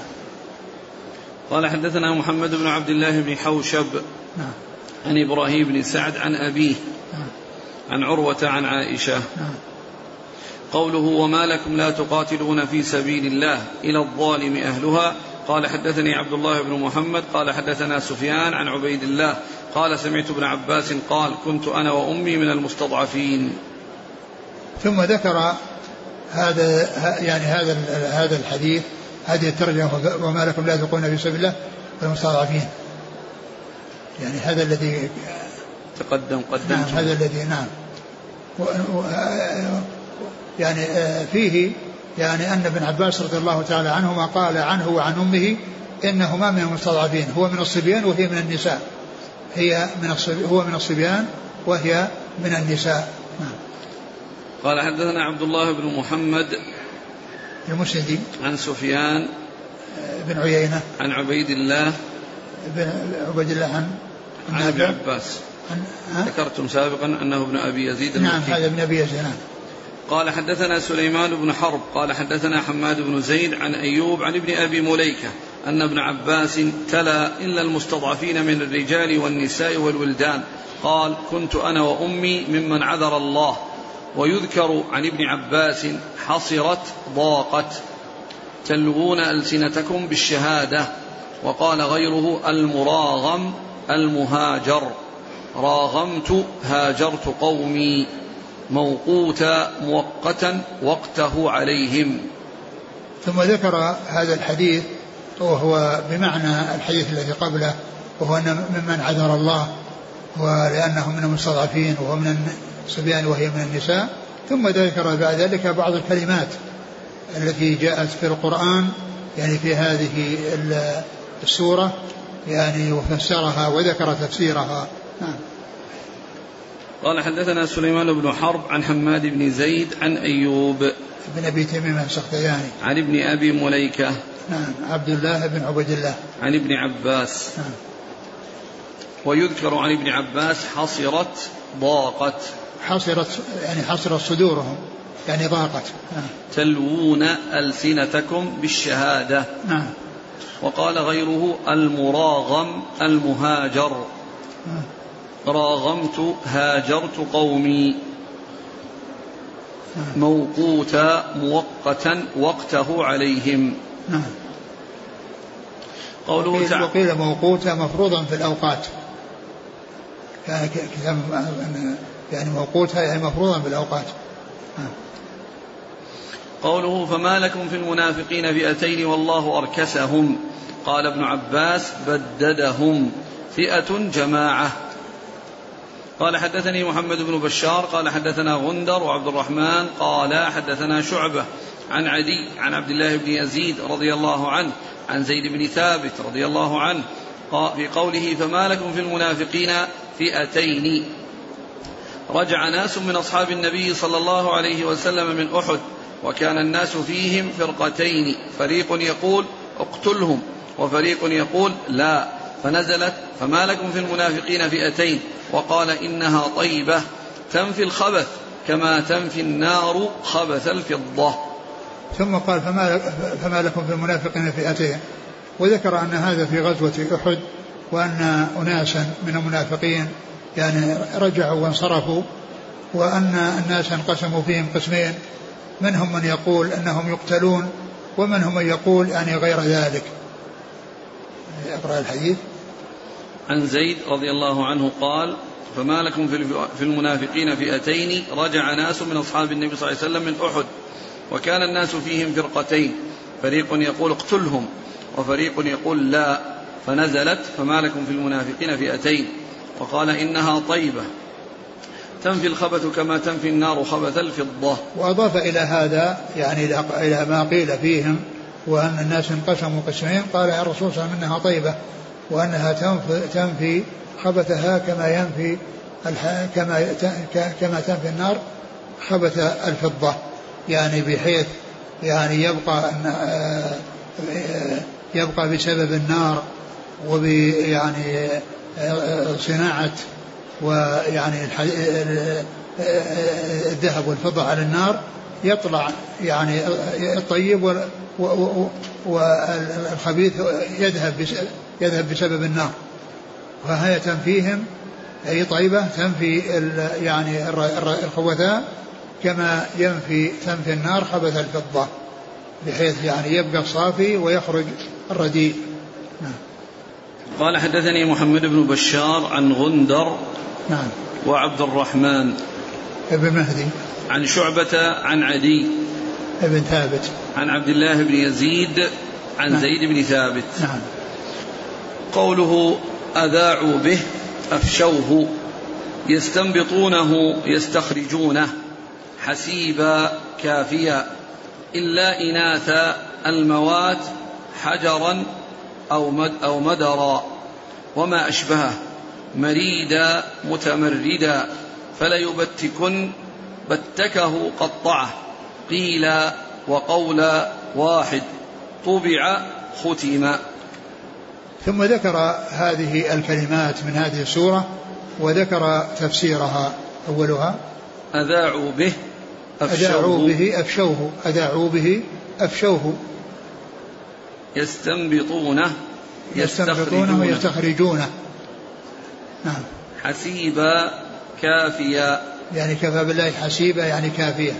قال حدثنا محمد بن عبد الله بن حوشب نعم. عن إبراهيم بن سعد عن أبيه نعم. عن عروة عن عائشة. نعم. قوله وما لكم لا تقاتلون في سبيل الله إلى الظالم أهلها. قال حدثني عبد الله بن محمد قال حدثنا سفيان عن عبيد الله قال سمعت ابن عباس قال كنت أنا وأمي من المستضعفين. ثم ذكر هذا يعني هذا هذا الحديث هذه الترجمة وما لكم لا تقاتلون في سبيل الله المستضعفين يعني هذا الذي تقدم قدمت نعم هذا الذي نعم و و يعني فيه يعني أن ابن عباس رضي الله تعالى عنهما قال عنه وعن أمه إنهما من المستضعفين هو من الصبيان وهي من النساء هي من هو من الصبيان وهي من النساء. نعم. قال حدثنا عبد الله بن محمد المسندي عن سفيان بن عيينة عن عبيد الله بن عبيد الله عن عن ابن عباس. ذكرتم سابقا أنه ابن أبي يزيد المكي. نعم هذا ابن أبي يزيد. قال حدثنا سليمان بن حرب قال حدثنا حماد بن زيد عن أيوب عن ابن أبي مليكة أن ابن عباس تلا إلا المستضعفين من الرجال والنساء والولدان. قال كنت أنا وأمي ممن عذر الله. ويذكر عن ابن عباس حصرت ضاقت تلوون ألسنتكم بالشهادة. وقال غيره المراغم المهاجر راغمت هاجرت قومي موقوتا مؤقتا وقته عليهم. ثم ذكر هذا الحديث وهو بمعنى الحديث الذي قبله وهو أن ممن عذر الله ولأنه من المستضعفين وهو من الصبيان وهي من النساء. ثم ذكر بعد ذلك بعض الكلمات التي جاءت في القرآن يعني في هذه السورة يعني وفسرها وذكر تفسيرها. نعم. قال حدثنا سليمان بن حرب عن حماد بن زيد عن أيوب بن أبي تميم السختياني عن ابن أبي مليكة نعم عبد الله بن عبيد الله عن ابن عباس. نعم. ويذكر عن ابن عباس حصرت ضاقت حصرت يعني حصرت صدورهم يعني ضاقت. نعم. تلوون ألسنتكم بالشهادة. نعم. وقال غيره المراغم المهاجر نعم. راغمت هاجرت قومي موقوتا مؤقتا وقته عليهم. نعم. قوله تعالى وقيل موقوتا مفروضا في الأوقات يعني يعني موقوتا يعني مفروضا في الأوقات. قوله فما لكم في المنافقين فئتين والله أركسهم. قال ابن عباس بددهم فئة جماعة. قال حدثني محمد بن بشار قال حدثنا غندر وعبد الرحمن قال حدثنا شعبة عن عدي عن عبد الله بن يزيد رضي الله عنه عن زيد بن ثابت رضي الله عنه في قوله فما لكم في المنافقين فئتين. رجع ناس من أصحاب النبي صلى الله عليه وسلم من أحد وكان الناس فيهم فرقتين فريق يقول اقتلهم وفريق يقول لا فنزلت فما لكم في المنافقين فئتين وقال إنها طيبة تنفي الخبث كما تنفي النار خبث الفضة. ثم قال فما, فما لكم في المنافقين فئتين وذكر أن هذا في غزوة أحد وأن أناسا من المنافقين يعني رجعوا وانصرفوا وأن الناس انقسموا فيهم قسمين منهم من يقول أنهم يقتلون ومنهم من يقول يعني غير ذلك. أقرأ الحديث. عن زيد رضي الله عنه قال فما لكم في المنافقين فئتين رجع ناس من أصحاب النبي صلى الله عليه وسلم من أحد وكان الناس فيهم فرقتين فريق يقول اقتلهم وفريق يقول لا فنزلت فما لكم في المنافقين فئتين وقال إنها طيبة تنفي الخبث كما تنفي النار خبث الفضة. وأضاف إلى هذا يعني إلى ما قيل فيهم وأن الناس انقسموا قسمين قال يا رسول الله إنها طيبة وأنها تنفي, تنفي خبثها كما ينفي كما كما تنفي النار خبث الفضة يعني بحيث يعني يبقى يبقى بسبب النار وبيعني صناعة ويعني الذهب والفضة على النار يطلع يعني الطيب والخبيث يذهب يذهب بسبب النار وهي تنفيهم أي طيبة تنفي يعني الخبثاء كما ينفي تنفي النار خبث الفضة بحيث يعني يبقى الصافي ويخرج الرديء. نعم. قال حدثني محمد بن بشار عن غندر نعم وعبد الرحمن ابن مهدي عن شعبة عن عدي ابن ثابت عن عبد الله بن يزيد عن نعم. زيد بن ثابت. نعم. قوله أذاعوا به أفشوه يستنبطونه يستخرجونه حسيبا كافيا إلا إناث الموات حجرا أو, مد أو مدرا وما أشبهه مريدا متمردا فليبتكن بتكه قطعه قيل وقول واحد طبع ختم. ثم ذكر هذه الكلمات من هذه السورة وذكر تفسيرها. أولها أذاعوا به أفشوه, أذاعوا به أفشوه أذاعوا به أفشوه يستنبطونه يستنبطونه ويستخرجونه. نعم. حسيبا كافيا يعني كفى بالله حسيبا يعني كافية.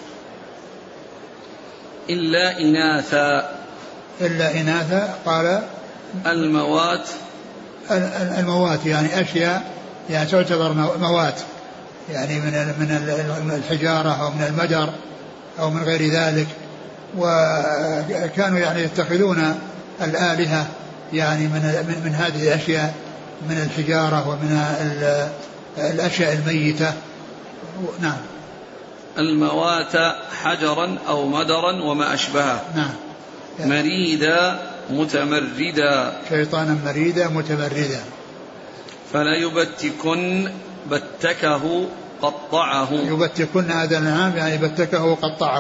إلا إناثا إلا إناثا قال الموات الموات يعني أشياء يعني تعتبر موات يعني من من الحجارة أو من المدر أو من غير ذلك. وكانوا يعني يتخذون الآلهة يعني من من هذه الأشياء من الحجارة ومن الأشياء الميتة. نعم. الموات حجرا أو مدرا وما أشبهه. نعم. يعني مريدا متمردا شيطانا مريدا متمردا. فلا يبتكن بتكه قطعه. يبتكن هذا النعام يعني بتكه قطعه.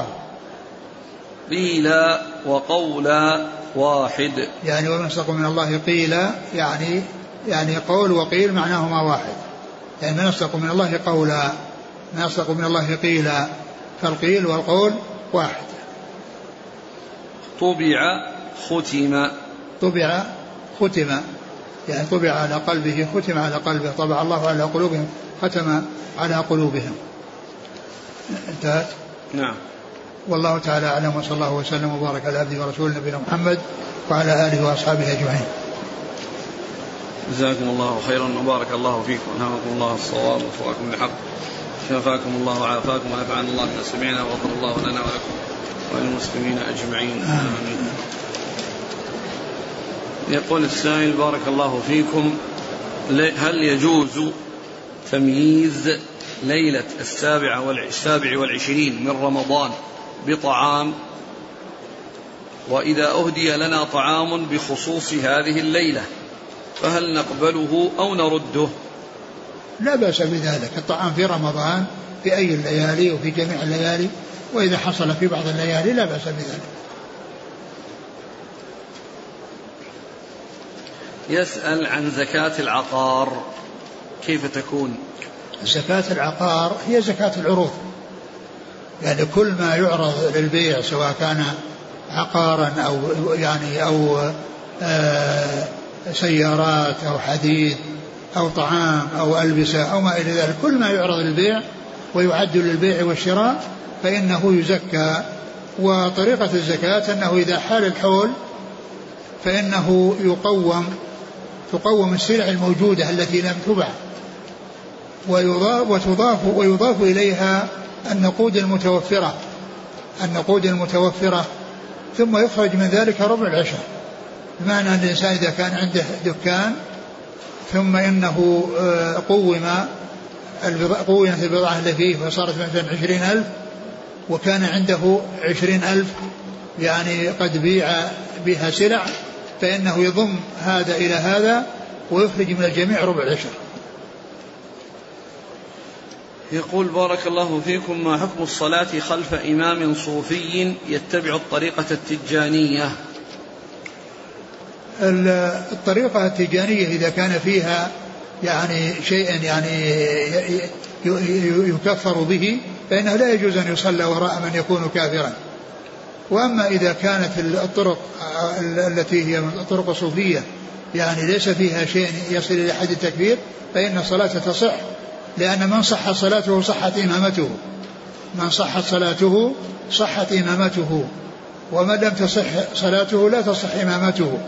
قيل وقولا واحد يعني ومن أصدق من الله قيل يعني يعني قول وقيل معناهما واحد. يعني من أصدق من الله قولا من أصدق من الله قيلا فالقيل والقول واحد. طبع ختم طبع ختم يعني طبع على قلبه ختم على قلبه طبع الله على قلوبهم ختم على قلوبهم. انتهت. نعم. والله تعالى أعلم وصلى الله وسلم وبارك على عبده ورسوله نبينا محمد وعلى آله وأصحابه أجمعين. جزاكم الله خيرا وبارك الله فيكم ونهاكم الله الصواب وفقكم للحق شفاكم الله وعافاكم ونفعنا الله بما سمعنا وغفر الله لنا ولكم وللمسلمين أجمعين. آمين. يقول السائل بارك الله فيكم هل يجوز تمييز ليلة السابع والعشرين من رمضان بطعام وإذا أهدي لنا طعام بخصوص هذه الليلة فهل نقبله أو نرده؟ لا بأس بذلك. الطعام في رمضان في أي الليالي وفي جميع الليالي وإذا حصل في بعض الليالي لا بأس بذلك. يسأل عن زكاة العقار كيف تكون؟ زكاة العقار هي زكاة العروض يعني كل ما يعرض للبيع سواء كان عقارا أو يعني أو آه سيارات أو حديد أو طعام أو ألبسة أو ما إلى ذلك كل ما يعرض للبيع ويعد للبيع والشراء فإنه يزكى. وطريقة الزكاة أنه إذا حال الحول فإنه يقوم تقوم السلع الموجودة التي لم تبع وتضاف ويضاف إليها النقود المتوفرة النقود المتوفرة ثم يخرج من ذلك ربع العشر. بمعنى أن الإنسان إذا كان عنده دكان ثم إنه قوم قومت البضاعة اللي فيه فصارت مثلا عشرين ألف وكان عنده عشرين ألف يعني قد بيع بها سلع فإنه يضم هذا إلى هذا ويخرج من الجميع ربع العشر. يقول بارك الله فيكم ما حكم الصلاة خلف إمام صوفي يتبع الطريقة التجانية؟ الطريقة التجانية إذا كان فيها يعني شيء يعني يكفر به فإنه لا يجوز أن يصلى وراء من يكون كافرا. وأما إذا كانت الطرق التي هي الطرق الصوفية يعني ليس فيها شيء يصل إلى حد التكفير فإن الصلاة تصح لأن من صحت صلاته صحت إمامته من صحت صلاته صحت إمامته ومن لم تصح صلاته لا تصح إمامته.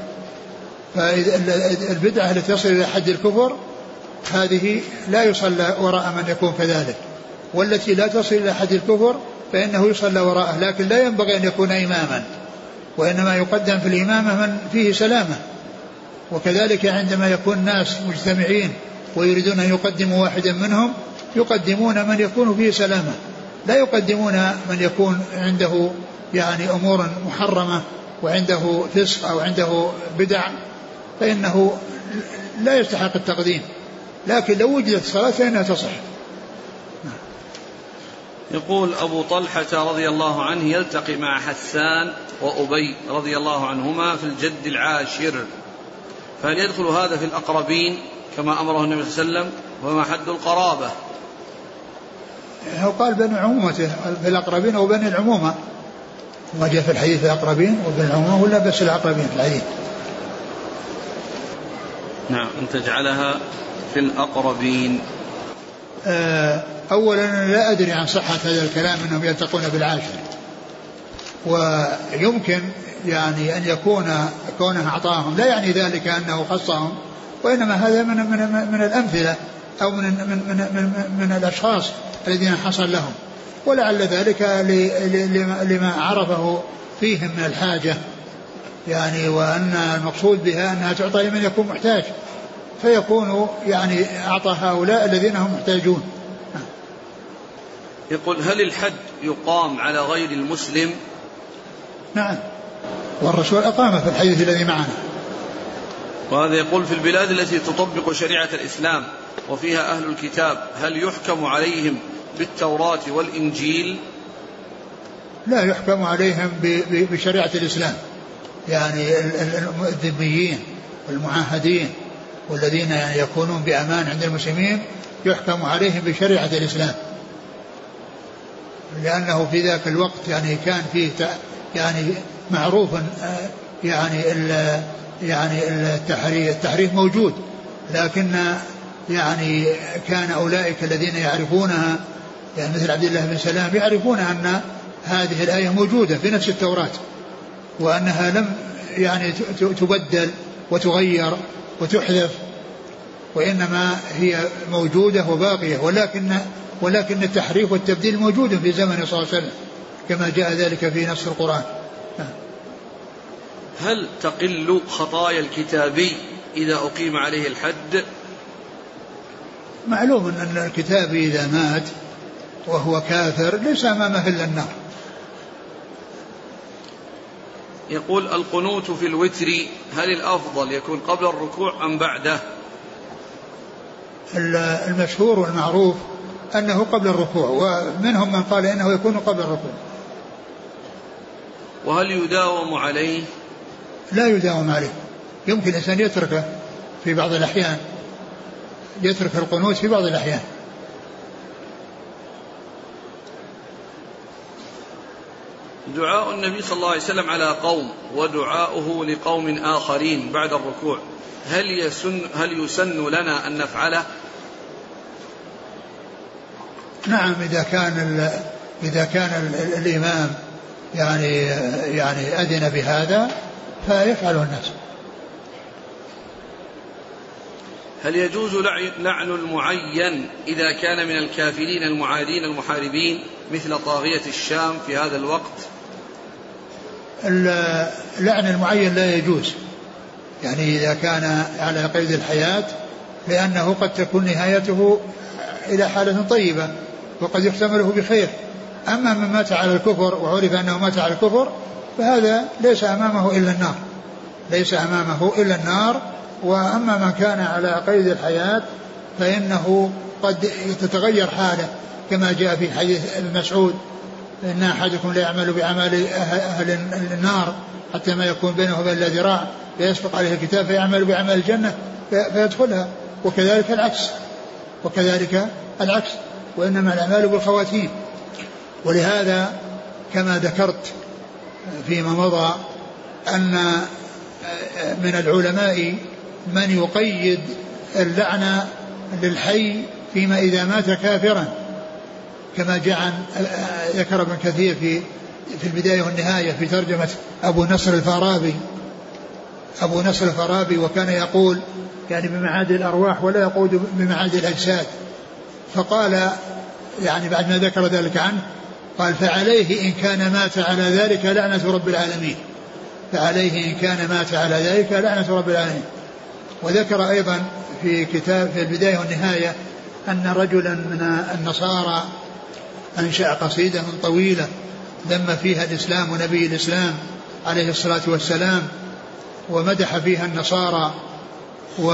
فالبدعة التي تصل إلى حد الكفر هذه لا يصلى وراء من يكون كذلك والتي لا تصل إلى حد الكفر فإنه يصلى وراءه لكن لا ينبغي أن يكون إماما وإنما يقدم في الإمامة من فيه سلامة. وكذلك عندما يكون الناس مجتمعين ويريدون أن يقدموا واحدا منهم يقدمون من يكون فيه سلامة لا يقدمون من يكون عنده يعني أمور محرمة وعنده فسق أو عنده بدع فإنه لا يستحق التقديم. لكن لو وجدت صلاة فإنها تصح. يقول أبو طلحة رضي الله عنه يلتقي مع حسان وأبي رضي الله عنهما في الجد العاشر، فهل يدخل هذا في الأقربين كما أمره النبي صلى الله عليه وسلم؟ وما حد القرابة؟ هو قال بين عمومته في الأقربين أو بين العمومة، ما جاء في الحديث الأقربين وبين العمومة ولا بس الأقربين في الحديث. نعم، أن تجعلها في الأقربين. أولا لا أدري عن صحة هذا الكلام أنهم يلتقون بالعاشر، ويمكن يعني أن يكون كونه أعطاهم لا يعني ذلك أنه خصهم، وإنما هذا من, من, من الأمثلة أو من, من, من, من, من الأشخاص الذين حصل لهم، ولعل ذلك لما عرفه فيهم من الحاجة يعني، وأن المقصود بها أنها تعطى لمن يكون محتاج، فيكون يعني أعطى هؤلاء الذين هم محتاجون. يقول هل الحد يقام على غير المسلم؟ نعم، والرسول أقام في الحديث الذي معنا. وهذا يقول في البلاد التي تطبق شريعة الإسلام وفيها أهل الكتاب هل يحكم عليهم بالتوراة والإنجيل؟ لا يحكم عليهم بشريعة الإسلام، يعني الذميين والمعاهدين والذين يعني يكونون بأمان عند المسلمين يحكم عليهم بشريعة الإسلام، لأنه في ذاك الوقت يعني كان فيه يعني معروف يعني يعني التحريف التحريف موجود، لكن يعني كان أولئك الذين يعرفونها يعني مثل عبد الله بن سلام يعرفون أن هذه الآية موجودة في نفس التوراة، وأنها لم يعني تبدل وتغير وتحذف، وإنما هي موجودة وباقية، ولكن ولكن التحريف والتبديل موجود في زمن صلى الله عليه وسلم كما جاء ذلك في نص القرآن. هل تقل خطايا الكتابي إذا أقيم عليه الحد؟ معلوم أن الكتابي إذا مات وهو كافر ليس أمامه إلا النار. يقول القنوت في الوتر هل الأفضل يكون قبل الركوع أم بعده؟ المشهور والمعروف أنه قبل الركوع، ومنهم من قال إنه يكون قبل الركوع. وهل يداوم عليه؟ لا يداوم عليه، يمكن الإنسان يتركه في بعض الأحيان، يترك القنوت في بعض الأحيان. دعاء النبي صلى الله عليه وسلم على قوم ودعاؤه لقوم آخرين بعد الركوع هل يسن, هل يسن لنا أن نفعله؟ نعم، إذا كان إذا كان الإمام يعني يعني أذن بهذا فيفعله الناس. هل يجوز لعن المعين إذا كان من الكافرين المعادين المحاربين مثل طاغية الشام في هذا الوقت؟ لعن المعين لا يجوز، يعني إذا كان على قيد الحياة، لأنه قد تكون نهايته إلى حالة طيبة وقد يحتمله بخير. أما من مات على الكفر وعرف أنه مات على الكفر فهذا ليس أمامه إلا النار، ليس أمامه إلا النار. وأما من كان على قيد الحياة فإنه قد تتغير حاله كما جاء في حديث ابن مسعود إن أحدكم لا يعمل بعمل أهل النار حتى ما يكون بينه وبين الذراع فيسبق عليه الكتاب فيعمل بعمل الجنة فيدخلها، وكذلك العكس وكذلك العكس وإنما الأعمال بالخواتيم. ولهذا كما ذكرت فيما مضى أن من العلماء من يقيد اللعنة للحي فيما إذا مات كافرا، كما جاء عن ذكر ابن كثير في في البداية والنهاية في ترجمة أبو نصر الفارابي أبو نصر الفارابي وكان يقول يعني بمعاد الأرواح ولا يقول بمعاد الأجساد، فقال يعني بعد ما ذكر ذلك عنه قال فعليه إن كان مات على ذلك لعنة رب العالمين، فعليه إن كان مات على ذلك لعنة رب العالمين. وذكر أيضا في كتاب في البداية والنهاية أن رجلا من النصارى أنشأ قصيدة طويلة ذم فيها الإسلام ونبي الإسلام عليه الصلاة والسلام ومدح فيها النصارى، و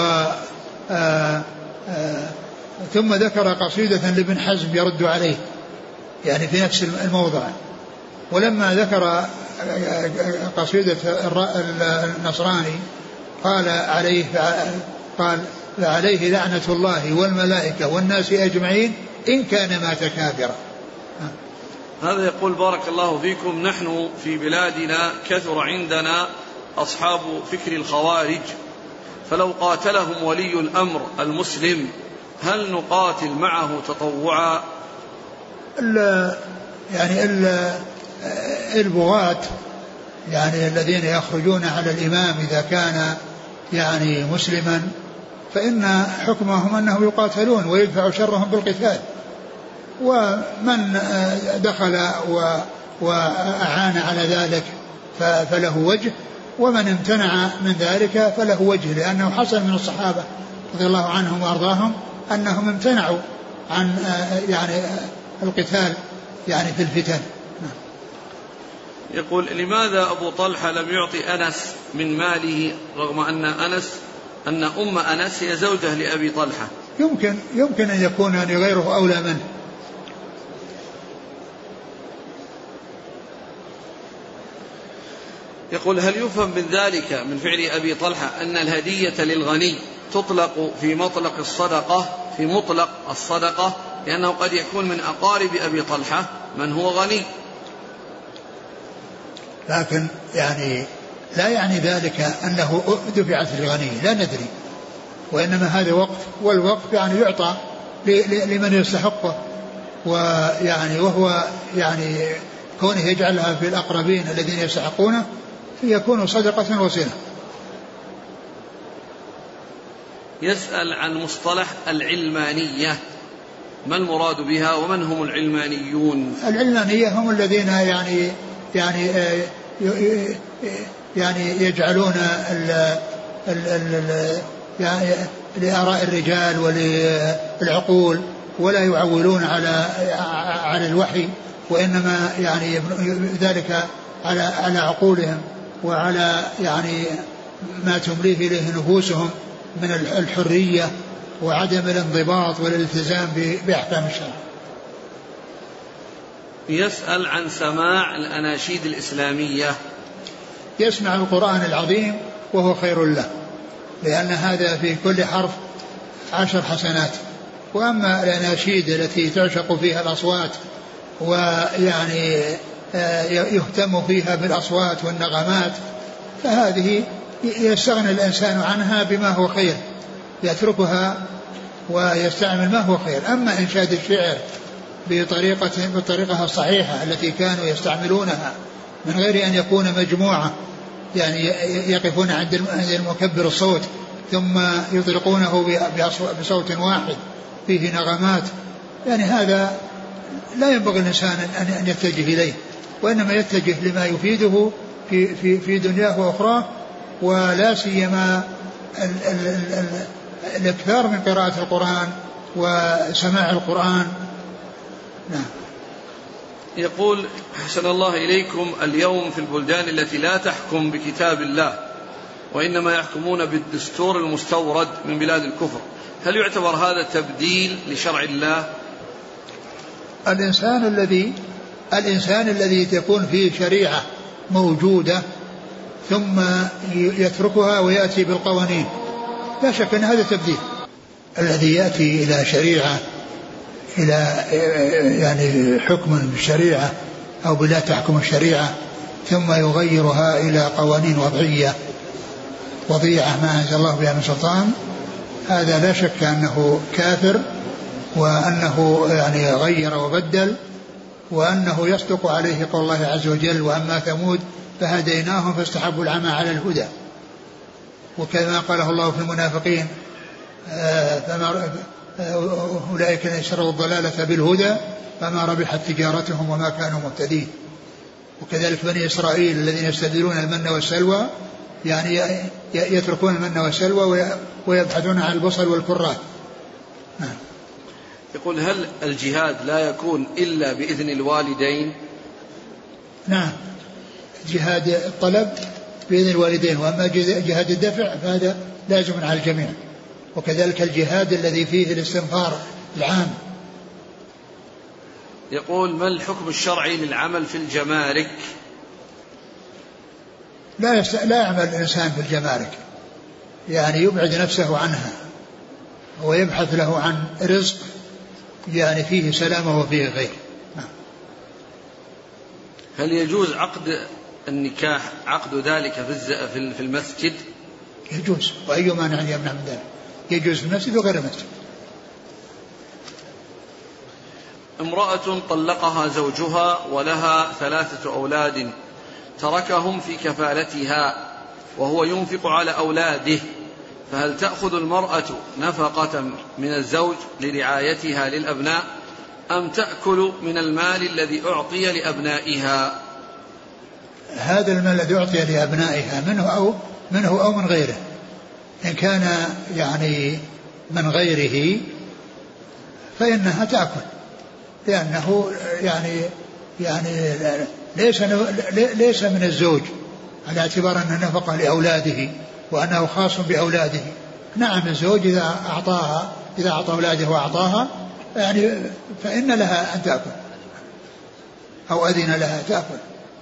آآ آآ ثم ذكر قصيدة لابن حزم يرد عليه يعني في نفس الموضع. ولما ذكر قصيدة النصراني قال عليه قال فعليه لعنة الله والملائكة والناس أجمعين إن كان مات كافرا. هذا يقول بارك الله فيكم: نحن في بلادنا كثر عندنا أصحاب فكر الخوارج، فلو قاتلهم ولي الأمر المسلم هل نقاتل معه تطوعا؟ يعني البغاة يعني الذين يخرجون على الإمام إذا كان يعني مسلما فإن حكمهم أنهم يقاتلون ويدفع شرهم بالقتال، ومن دخل وأعان على ذلك فله وجه، ومن امتنع من ذلك فله وجه، لأنه حصل من الصحابة رضي الله عنهم وأرضاهم أنهم امتنعوا عن يعني القتال يعني في الفتن. يقول: لماذا أبو طلحة لم يعطي أنس من ماله رغم أن أنس أن أم أنس هي زوجة لأبي طلحة؟ يمكن يمكن أن يكون يعني غيره أولى منه. يقول: هل يفهم من ذلك من فعل أبي طلحة أن الهدية للغني تطلق في مطلق الصدقة في مطلق الصدقة لأنه قد يكون من أقارب أبي طلحة من هو غني؟ لكن يعني لا يعني ذلك أنه دفعت للغني، لا ندري، وإنما هذا وقف، والوقف يعني يعطى لمن يستحقه، ويعني وهو يعني كونه يجعلها في الأقربين الذين يستحقونه يكون صدقة وصلة. يسأل عن مصطلح العلمانية، ما المراد بها ومن هم العلمانيون؟ العلمانية هم الذين يعني يعني يعني يجعلون ال ال ال يعني لآراء الرجال وللعقول، ولا يعولون على على الوحي، وإنما يعني ذلك على على عقولهم وعلى يعني ما تمليه إليه نفوسهم من الحرية وعدم الانضباط والالتزام بأحكام الشرع. يسأل عن سماع الأناشيد الإسلامية. يسمع القرآن العظيم وهو خير له، لأن هذا في كل حرف عشر حسنات. وأما الأناشيد التي تعشق فيها الأصوات ويعني يهتم فيها بالأصوات والنغمات فهذه يستغني الإنسان عنها بما هو خير، يتركها ويستعمل ما هو خير. أما إنشاد الشعر بطريقة بالطريقة الصحيحة التي كانوا يستعملونها من غير أن يكون مجموعة، يعني يقفون عند المكبر الصوت ثم يطلقونه بصوت واحد فيه نغمات، يعني هذا لا ينبغي الإنسان أن يتجه إليه، وإنما يتجه لما يفيده في, في, في دنياه وأخراه، ولا سيما الإكثار من قراءة القرآن وسماع القرآن. نعم. يقول: أحسن الله إليكم، اليوم في البلدان التي لا تحكم بكتاب الله وإنما يحكمون بالدستور المستورد من بلاد الكفر، هل يعتبر هذا تبديل لشرع الله؟ الإنسان الذي الإنسان الذي تكون فيه شريعة موجودة ثم يتركها ويأتي بالقوانين لا شك أن هذا تبديل. الذي يأتي إلى شريعة إلى يعني حكم بالشريعة أو بلا تحكم الشريعة ثم يغيرها إلى قوانين وضعية وضيعة ما أنزل الله بها من سلطان، هذا لا شك أنه كافر، وأنه يعني غير وبدل، وأنه يصدق عليه قول الله عز وجل: وأما ثمود فهديناهم فاستحبوا العمى على الهدى. وكما قاله الله في المنافقين: فما أولئك اشتروا الضلالة بالهدى فما ربحت تجارتهم وما كانوا مهتدين. وكذلك بني إسرائيل الذين يستبدلون المن والسلوى، يعني يتركون المن والسلوى ويبحثون عن البصل والكرات. نعم. يقول: هل الجهاد لا يكون إلا بإذن الوالدين؟ نعم، جهاد الطلب بإذن الوالدين، وأما جهاد الدفع فهذا لازم على الجميع، وكذلك الجهاد الذي فيه الاستنفار العام. يقول: ما الحكم الشرعي للعمل في الجمارك؟ لا يست... لا يعمل الإنسان في الجمارك، يعني يبعد نفسه عنها ويبحث له عن رزق يعني فيه سلامة وفيه خير. هل يجوز عقد النكاح عقد ذلك في المسجد؟ يجوز، وأي مانع يمنع من ذلك؟ يجوز في المسجد وغير المسجد. امرأة طلقها زوجها ولها ثلاثة أولاد تركهم في كفالتها وهو ينفق على أولاده، فهل تأخذ المرأة نفقة من الزوج لرعايتها للأبناء أم تأكل من المال الذي أعطي لأبنائها؟ هذا المال الذي أعطي لأبنائها منه أو منه أو من غيره، إن كان يعني من غيره فإنها تأكل، لأنه يعني يعني ليس ليس من الزوج على اعتبار أنه نفقة لأولاده وأنه خاص بأولاده. نعم الزوج إذا أعطاها إذا أعطى أولاده وأعطاها يعني فإن لها أن تأكل أو أذن لها تأكل.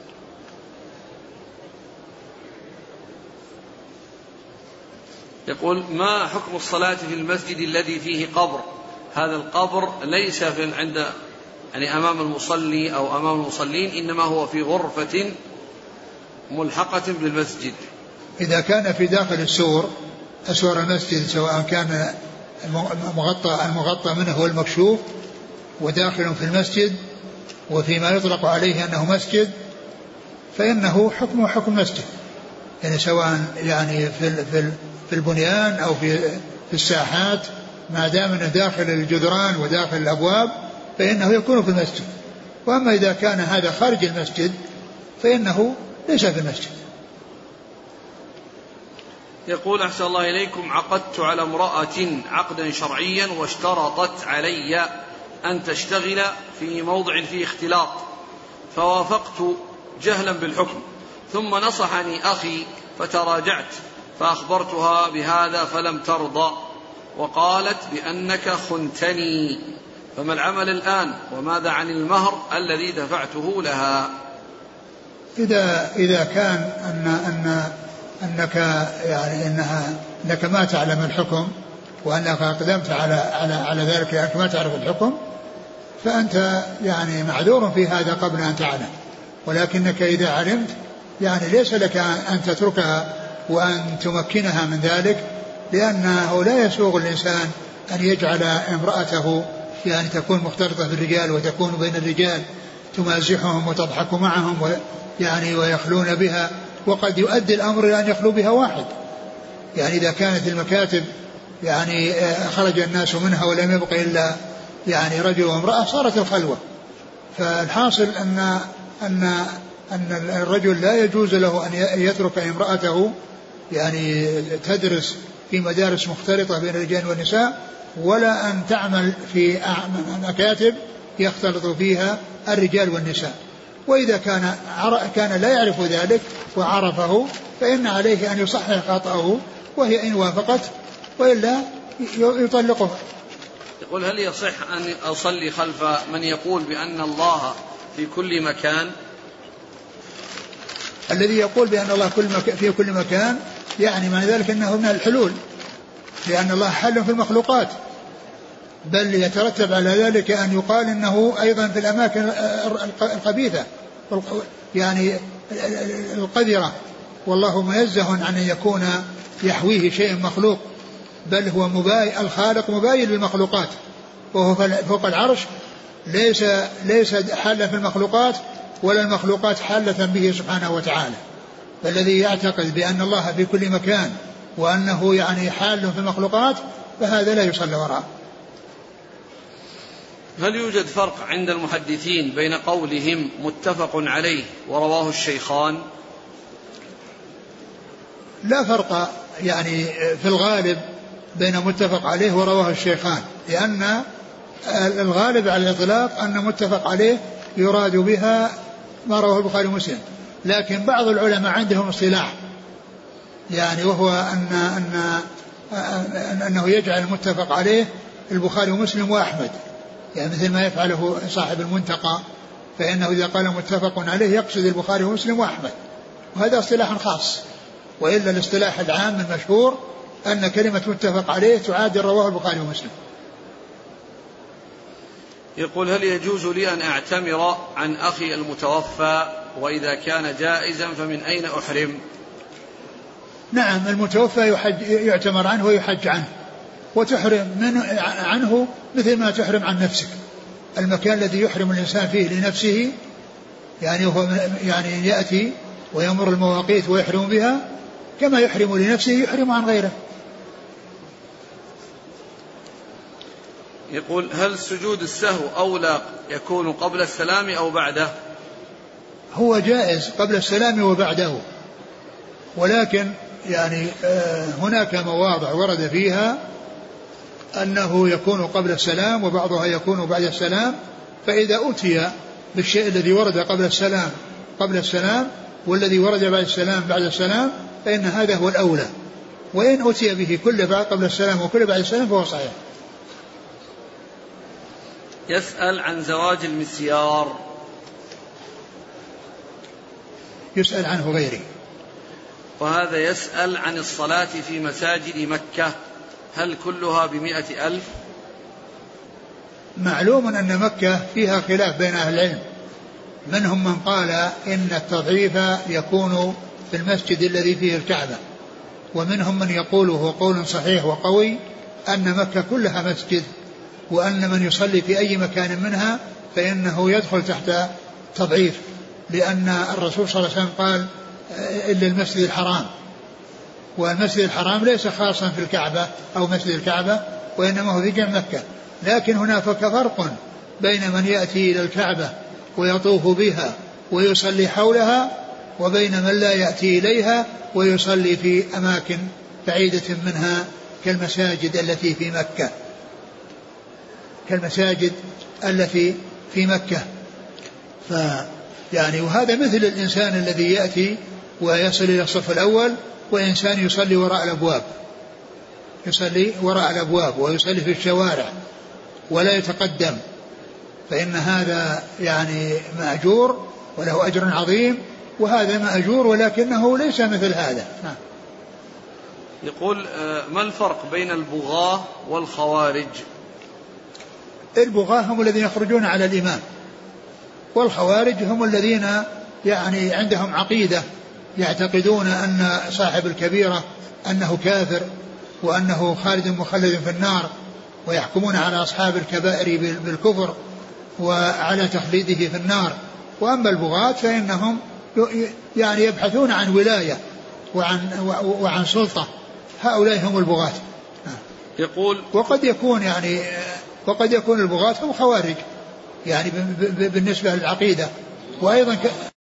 يقول: ما حكم الصلاة في المسجد الذي فيه قبر؟ هذا القبر ليس في عند يعني أمام المصلي أو أمام المصلين، إنما هو في غرفة ملحقة بالمسجد. إذا كان في داخل السور أسور المسجد، سواء كان المغطى المغطى منه هو المكشوف وداخل في المسجد وفيما يطلق عليه أنه مسجد، فإنه حكمه حكم مسجد، يعني سواء يعني في في في البنيان أو في في الساحات، ما دام انه داخل الجدران وداخل الأبواب فإنه يكون في المسجد. وأما إذا كان هذا خارج المسجد فإنه ليس في المسجد. يقول: أحسن الله إليكم، عقدت على امرأة عقدا شرعيا واشترطت علي أن تشتغل في موضع فيه اختلاط، فوافقت جهلا بالحكم، ثم نصحني أخي فتراجعت فأخبرتها بهذا فلم ترضى وقالت بأنك خنتني، فما العمل الآن وماذا عن المهر الذي دفعته لها؟ إذا إذا كان أن أن أنك يعني إنها أنك ما تعلم الحكم وأنك أقدمت على على على ذلك لأنك ما تعرف الحكم، فأنت يعني معذور في هذا قبل أن تعلم. ولكنك إذا علمت يعني ليس لك أن تتركها وأن تمكنها من ذلك، لأنه لا يسوغ الإنسان أن يجعل امرأته يعني تكون مختلطة بالرجال وتكون بين الرجال تمازحهم وتضحك معهم يعني ويخلون بها، وقد يؤدي الأمر إلى أن يخلو بها واحد. يعني إذا كانت المكاتب يعني خرج الناس منها ولم يبق إلا يعني رجل وامرأة صارت الخلوة. فالحاصل أن أن أن الرجل لا يجوز له أن يترك امرأته يعني تدرس في مدارس مختلطة بين الرجال والنساء، ولا أن تعمل في مكاتب يختلط فيها الرجال والنساء. وإذا كان كان لا يعرف ذلك وعرفه فإن عليه أن يصحح خطأه، وهي إن وافقت وإلا يطلقها. يقول: هل يصح أن أصلي خلف من يقول بأن الله في كل مكان؟ الذي يقول بأن الله كل مكان في كل مكان يعني معنى ذلك أنه من الحلول، لأن الله حل في المخلوقات، بل يترتب على ذلك أن يقال أنه أيضا في الأماكن الخبيثة يعني القذرة، والله منزه عن أن يكون يحويه شيء مخلوق، بل هو مباين، الخالق مباين للمخلوقات، وهو فوق العرش ليس ليس حالا في المخلوقات ولا المخلوقات حالة به سبحانه وتعالى. فالذي يعتقد بأن الله في كل مكان وأنه يعني حال في المخلوقات فهذا لا يصلى وراءه. هل يوجد فرق عند المحدثين بين قولهم متفق عليه ورواه الشيخان؟ لا فرق يعني في الغالب بين متفق عليه ورواه الشيخان، لأن الغالب على الإطلاق أن متفق عليه يراد بها ما رواه البخاري ومسلم، لكن بعض العلماء عندهم اصطلاح يعني وهو أن أن أنه يجعل المتفق عليه البخاري ومسلم وأحمد، يعني مثل ما يفعله صاحب المنتقى، فإنه إذا قال متفق عليه يقصد البخاري ومسلم وأحمد، وهذا اصطلاح خاص. وإلا الاصطلاح العام المشهور أن كلمة متفق عليه تعادل رواه البخاري ومسلم. يقول: هل يجوز لي أن أعتمر عن أخي المتوفى؟ وإذا كان جائزا فمن أين أحرم؟ نعم، المتوفى يحج يعتمر عنه ويحج عنه، وتحرم من عنه مثل ما تحرم عن نفسك. المكان الذي يحرم الإنسان فيه لنفسه يعني هو يعني يأتي ويمر المواقيت ويحرم بها، كما يحرم لنفسه يحرم عن غيره. يقول: هل سجود السهو أولى يكون قبل السلام أو بعده؟ هو جائز قبل السلام وبعده، ولكن يعني هناك مواضع ورد فيها أنه يكون قبل السلام وبعضها يكون بعد السلام، فإذا أتي بالشيء الذي ورد قبل السلام قبل السلام والذي ورد بعد السلام بعد السلام فإن هذا هو الأولى، وإن أتي به كل بعد قبل السلام وكل بعد السلام فهو صحيح. يسأل عن زواج المسيار. يسأل عنه غيري. وهذا يسأل عن الصلاة في مساجد مكة، هل كلها بمئة ألف؟ معلوم أن مكة فيها خلاف بين أهل العلم، منهم من قال إن التضعيف يكون في المسجد الذي فيه الكعبة، ومنهم من يقول هو قول صحيح وقوي أن مكة كلها مسجد، وأن من يصلي في أي مكان منها فإنه يدخل تحت تضعيف، لأن الرسول صلى الله عليه وسلم قال إلا المسجد الحرام، والمسجد الحرام ليس خاصا في الكعبة أو مسجد الكعبة، وإنما هو في جميع مكة. لكن هناك فرق بين من يأتي إلى الكعبة ويطوف بها ويصلي حولها، وبين من لا يأتي إليها ويصلي في أماكن بعيدة منها كالمساجد التي في مكة كالمساجد التي في مكة ف يعني وهذا مثل الإنسان الذي يأتي ويصل إلى الصف الأول، وإنسان يصلي وراء الأبواب يصلي وراء الأبواب ويصلي في الشوارع ولا يتقدم، فإن هذا يعني مأجور وله أجر عظيم، وهذا مأجور ولكنه ليس مثل هذا. يقول: ما الفرق بين البغاة والخوارج؟ البغاة هم الذين يخرجون على الإمام، والخوارج هم الذين يعني عندهم عقيدة يعتقدون أن صاحب الكبيرة أنه كافر وأنه خالد مخلد في النار، ويحكمون على أصحاب الكبائر بالكفر وعلى تخليده في النار. وأما البغاة فإنهم يعني يبحثون عن ولاية وعن, وعن سلطة، هؤلاء هم البغاة. يقول: وقد يكون يعني وقد يكون البغاة هم خوارج يعني بالنسبة للعقيدة، وأيضا